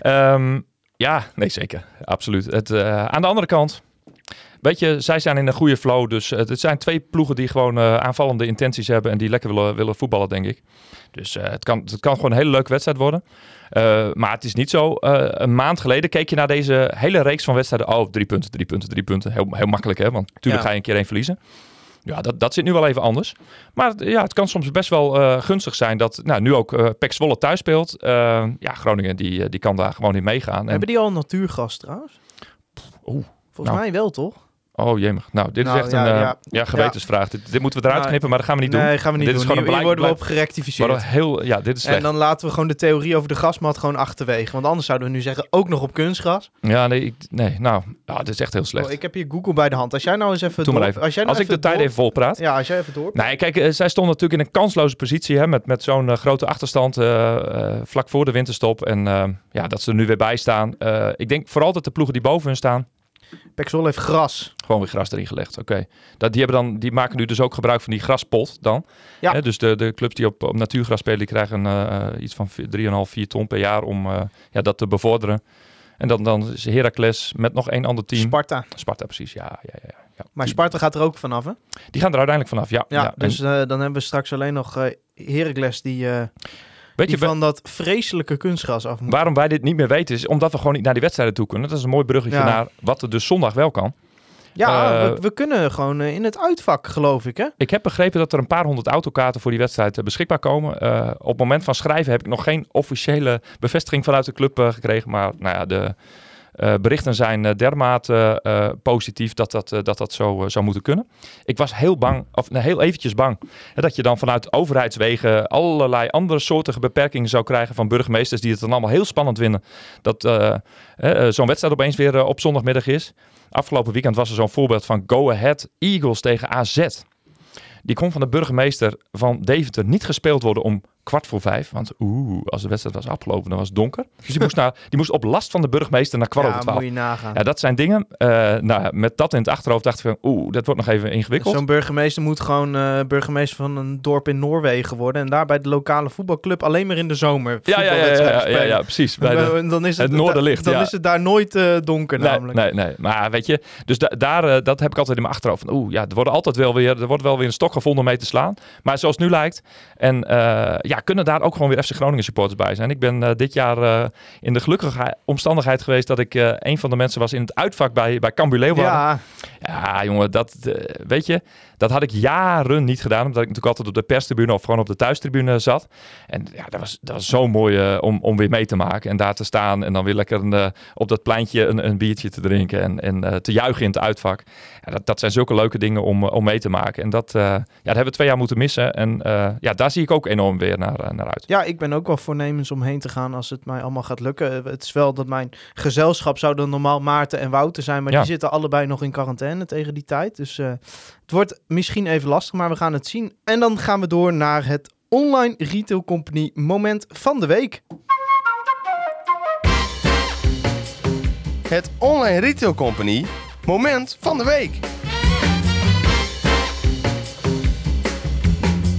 um, ja, nee zeker. Absoluut. Het, uh, aan de andere kant... Weet je, zij zijn in een goede flow. Dus uh, het zijn twee ploegen die gewoon uh, aanvallende intenties hebben. En die lekker willen, willen voetballen, denk ik. Dus uh, het, kan, het kan gewoon een hele leuke wedstrijd worden. Uh, maar het is niet zo. Uh, een maand geleden keek je naar deze hele reeks van wedstrijden. Oh, drie punten, drie punten, drie punten. Heel, heel makkelijk, hè? Want natuurlijk ja. ga je een keer één verliezen. Ja, dat, dat zit nu wel even anders. Maar ja, het kan soms best wel uh, gunstig zijn dat nou, nu ook uh, P E C Zwolle thuis speelt. Uh, ja, Groningen die, die kan daar gewoon in meegaan. En... Hebben die al natuurgas trouwens? Oeh. Volgens nou. mij wel, toch? Oh jemig. Nou, dit nou, is echt ja, een uh, ja. ja, gewetensvraag. Dit, dit moeten we eruit nou, knippen, maar dat gaan we niet nee, doen. Nee, gaan we niet dit doen. Is gewoon Hier, een hier blijk, worden we op gerectificeerd. Heel, ja, dit is slecht. En dan laten we gewoon de theorie over de gasmat gewoon achterwege. Want anders zouden we nu zeggen, ook nog op kunstgras. Ja, nee, ik, nee nou, ja, dit is echt heel slecht. Oh, ik heb hier Google bij de hand. Als jij nou eens even... Doe door, maar even. Als, jij nou als even ik de door, tijd even vol praat. Ja, als jij even door. Nee, kijk, uh, zij stonden natuurlijk in een kansloze positie. Hè, met, met zo'n uh, grote achterstand uh, uh, vlak voor de winterstop. En uh, ja, dat ze er nu weer bij staan. Uh, ik denk vooral dat de ploegen die boven hun staan... P E C Zwolle heeft gras. Gewoon weer gras erin gelegd, oké. Okay. Dat Die, hebben dan, die maken nu dus ook gebruik van die graspot dan. Ja. Hè, dus de, de clubs die op, op natuurgras spelen, die krijgen uh, iets van drie komma vijf, vier ton per jaar om uh, ja, dat te bevorderen. En dan, dan is Heracles met nog één ander team. Sparta. Sparta, precies, ja. ja, ja, ja. Maar Sparta gaat er ook vanaf, hè? Die gaan er uiteindelijk vanaf, ja. Ja, ja. dus uh, dan hebben we straks alleen nog uh, Heracles die... Uh, Weet die je, van dat vreselijke kunstgras af moet. Waarom wij dit niet meer weten is omdat we gewoon niet naar die wedstrijden toe kunnen. Dat is een mooi bruggetje ja. naar wat er dus zondag wel kan. Ja, uh, we, we kunnen gewoon uh, in het uitvak, geloof ik, hè? Ik heb begrepen dat er een paar honderd autokaarten voor die wedstrijd uh, beschikbaar komen. Uh, op het moment van schrijven heb ik nog geen officiële bevestiging vanuit de club uh, gekregen. Maar nou ja, de uh, berichten zijn uh, dermate uh, positief dat dat, uh, dat, dat zo uh, zou moeten kunnen. Ik was heel bang, of uh, heel eventjes bang, uh, dat je dan vanuit overheidswegen allerlei andere soortige beperkingen zou krijgen van burgemeesters die het dan allemaal heel spannend vinden. Dat uh, uh, zo'n wedstrijd opeens weer uh, op zondagmiddag is. Afgelopen weekend was er zo'n voorbeeld van Go Ahead Eagles tegen A Z. Die kon van de burgemeester van Deventer niet gespeeld worden om kwart voor vijf. Want oeh, als de wedstrijd was afgelopen, dan was het donker. Dus die moest, naar, die moest op last van de burgemeester naar kwart ja, over twaalf. moet je nagaan. Ja, dat zijn dingen. Uh, nou, met dat in het achterhoofd dacht ik van oeh, dat wordt nog even ingewikkeld. Zo'n burgemeester moet gewoon uh, burgemeester van een dorp in Noorwegen worden. En daarbij de lokale voetbalclub alleen maar in de zomer ja, ja, ja, ja, ja, ja, ja, precies. Bij de, dan is het, het noorderlicht. Dan ja. is het daar nooit uh, donker nee, namelijk. Nee, nee. Maar weet je, dus da- daar, uh, dat heb ik altijd in mijn achterhoofd. Van, oeh, ja, er wordt altijd wel weer, er wordt wel weer een stok gevonden om mee te slaan. Maar zoals het nu lijkt. En uh, ja, kunnen daar ook gewoon weer F C Groningen supporters bij zijn. Ik ben uh, dit jaar uh, in de gelukkige omstandigheid geweest dat ik uh, een van de mensen was in het uitvak bij, bij Cambuur Leeuwarden. Ja. Ja, jongen, dat uh, weet je, dat had ik jaren niet gedaan. Omdat ik natuurlijk altijd op de perstribune of gewoon op de thuistribune zat. En ja, dat was, dat was zo mooi uh, om, om weer mee te maken. En daar te staan en dan weer lekker een, uh, op dat pleintje een, een biertje te drinken. En, en uh, te juichen in het uitvak. Ja, dat, dat zijn zulke leuke dingen om, om mee te maken. En dat, uh, ja, dat hebben we twee jaar moeten missen. En uh, ja, daar zie ik ook enorm weer naar, uh, naar uit. Ja, ik ben ook wel voornemens om heen te gaan als het mij allemaal gaat lukken. Het is wel dat mijn gezelschap zou dan normaal Maarten en Wouter zijn. Maar ja. die zitten allebei nog in quarantaine tegen die tijd. Dus uh, het wordt misschien even lastig, maar we gaan het zien. En dan gaan we door naar het Online Retail Company moment van de week. Het Online Retail Company moment van de week.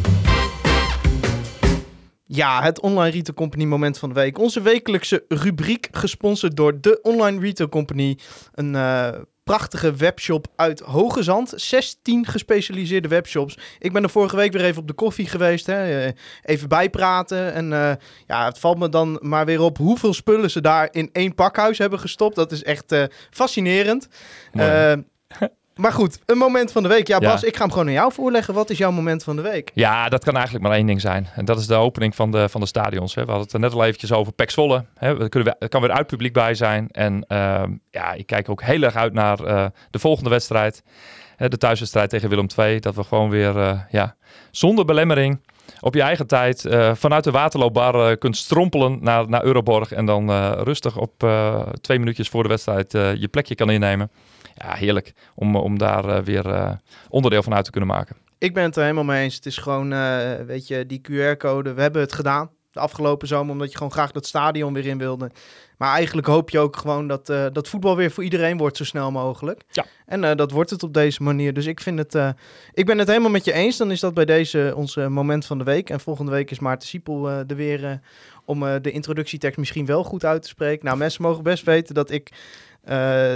Ja, het Online Retail Company moment van de week. Onze wekelijkse rubriek gesponsord door de Online Retail Company. Een uh, prachtige webshop uit Hoge Zand. zestien gespecialiseerde webshops. Ik ben er vorige week weer even op de koffie geweest. Hè. Even bijpraten. En uh, ja, het valt me dan maar weer op hoeveel spullen ze daar in één pakhuis hebben gestopt. Dat is echt uh, fascinerend. Uh, Maar goed, een moment van de week. Ja, Bas, ja. ik ga hem gewoon aan jou voorleggen. Wat is jouw moment van de week? Ja, dat kan eigenlijk maar één ding zijn. En dat is de opening van de, van de stadions. Hè. We hadden het er net al eventjes over P E C Zwolle. Hè. Er, kunnen we, er kan weer uitpubliek bij zijn. En uh, ja, ik kijk ook heel erg uit naar uh, de volgende wedstrijd. Hè, de thuiswedstrijd tegen Willem twee. Dat we gewoon weer uh, ja, zonder belemmering op je eigen tijd uh, vanuit de Waterloobar uh, kunt strompelen naar, naar Euroborg. En dan uh, rustig op uh, twee minuutjes voor de wedstrijd uh, je plekje kan innemen. Ja, heerlijk om, om daar uh, weer uh, onderdeel van uit te kunnen maken. Ik ben het er helemaal mee eens. Het is gewoon, uh, weet je, die Q R-code. We hebben het gedaan de afgelopen zomer, omdat je gewoon graag dat stadion weer in wilde. Maar eigenlijk hoop je ook gewoon dat, uh, dat voetbal weer voor iedereen wordt zo snel mogelijk. Ja. En uh, dat wordt het op deze manier. Dus ik vind het, uh, ik ben het helemaal met je eens. Dan is dat bij deze onze moment van de week. En volgende week is Maarten Siepel uh, er weer uh, om uh, de introductietekst misschien wel goed uit te spreken. Nou, mensen mogen best weten dat ik Uh,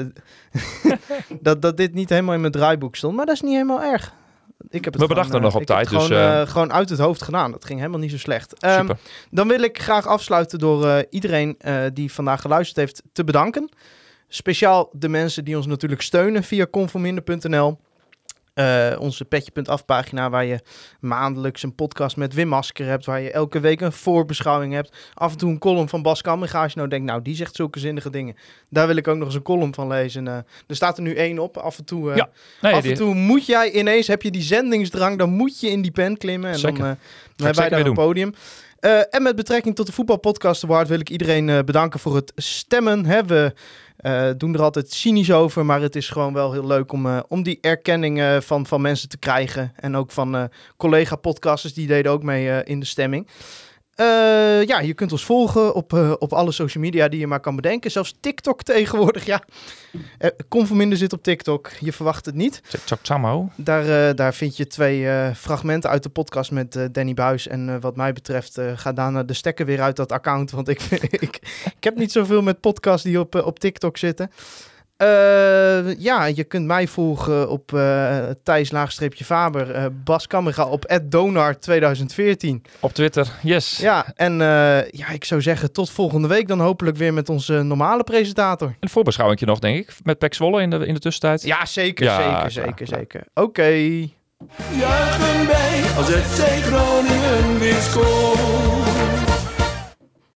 dat, dat dit niet helemaal in mijn draaiboek stond. Maar dat is niet helemaal erg. Ik heb het We bedachten er nog op ik tijd. heb het dus, gewoon, uh... uh, gewoon uit het hoofd gedaan. Dat ging helemaal niet zo slecht. Um, Super. Dan wil ik graag afsluiten door uh, iedereen uh, die vandaag geluisterd heeft te bedanken. Speciaal de mensen die ons natuurlijk steunen via conforminder punt n l. Uh, onze petje punt af pagina waar je maandelijks een podcast met Wim Masker hebt, waar je elke week een voorbeschouwing hebt. Af en toe een column van Bas Kamminga. Als je nou denkt, nou die zegt zulke zinnige dingen. Daar wil ik ook nog eens een column van lezen. Uh, er staat er nu één op. Af en toe, uh, ja. nee, af en toe die... moet jij ineens, heb je die zendingsdrang, dan moet je in die pen klimmen. En zeker. dan, uh, dan hebben wij daar een doen. podium. Uh, en met betrekking tot de Voetbalpodcast Award wil ik iedereen uh, bedanken voor het stemmen. Hè, we uh, doen er altijd cynisch over, maar het is gewoon wel heel leuk om, uh, om die erkenning uh, van, van mensen te krijgen. En ook van uh, collega-podcasters, die deden ook mee uh, in de stemming. Uh, ja, je kunt ons volgen op, uh, op alle social media die je maar kan bedenken. Zelfs TikTok tegenwoordig, ja. Uh, Conforminder zit op TikTok, je verwacht het niet. TikTok Samo. Daar, uh, daar vind je twee uh, fragmenten uit de podcast met uh, Danny Buis. En uh, wat mij betreft uh, ga daarna de stekker weer uit dat account. Want ik, ik, ik heb niet zoveel met podcasts die op, uh, op TikTok zitten. Uh, ja, je kunt mij volgen op uh, Thijs-Faber, uh, Bas Kamminga op at donar tweeduizend veertien. Op Twitter, yes. Ja, en uh, ja, ik zou zeggen tot volgende week dan hopelijk weer met onze normale presentator. Een voorbeschouwing nog, denk ik, met P E C Zwolle in de, in de tussentijd. Ja, zeker, ja, zeker, klaar, zeker, klaar. zeker. Oké. Okay. Juichen wij als F C Groningen weer scoort.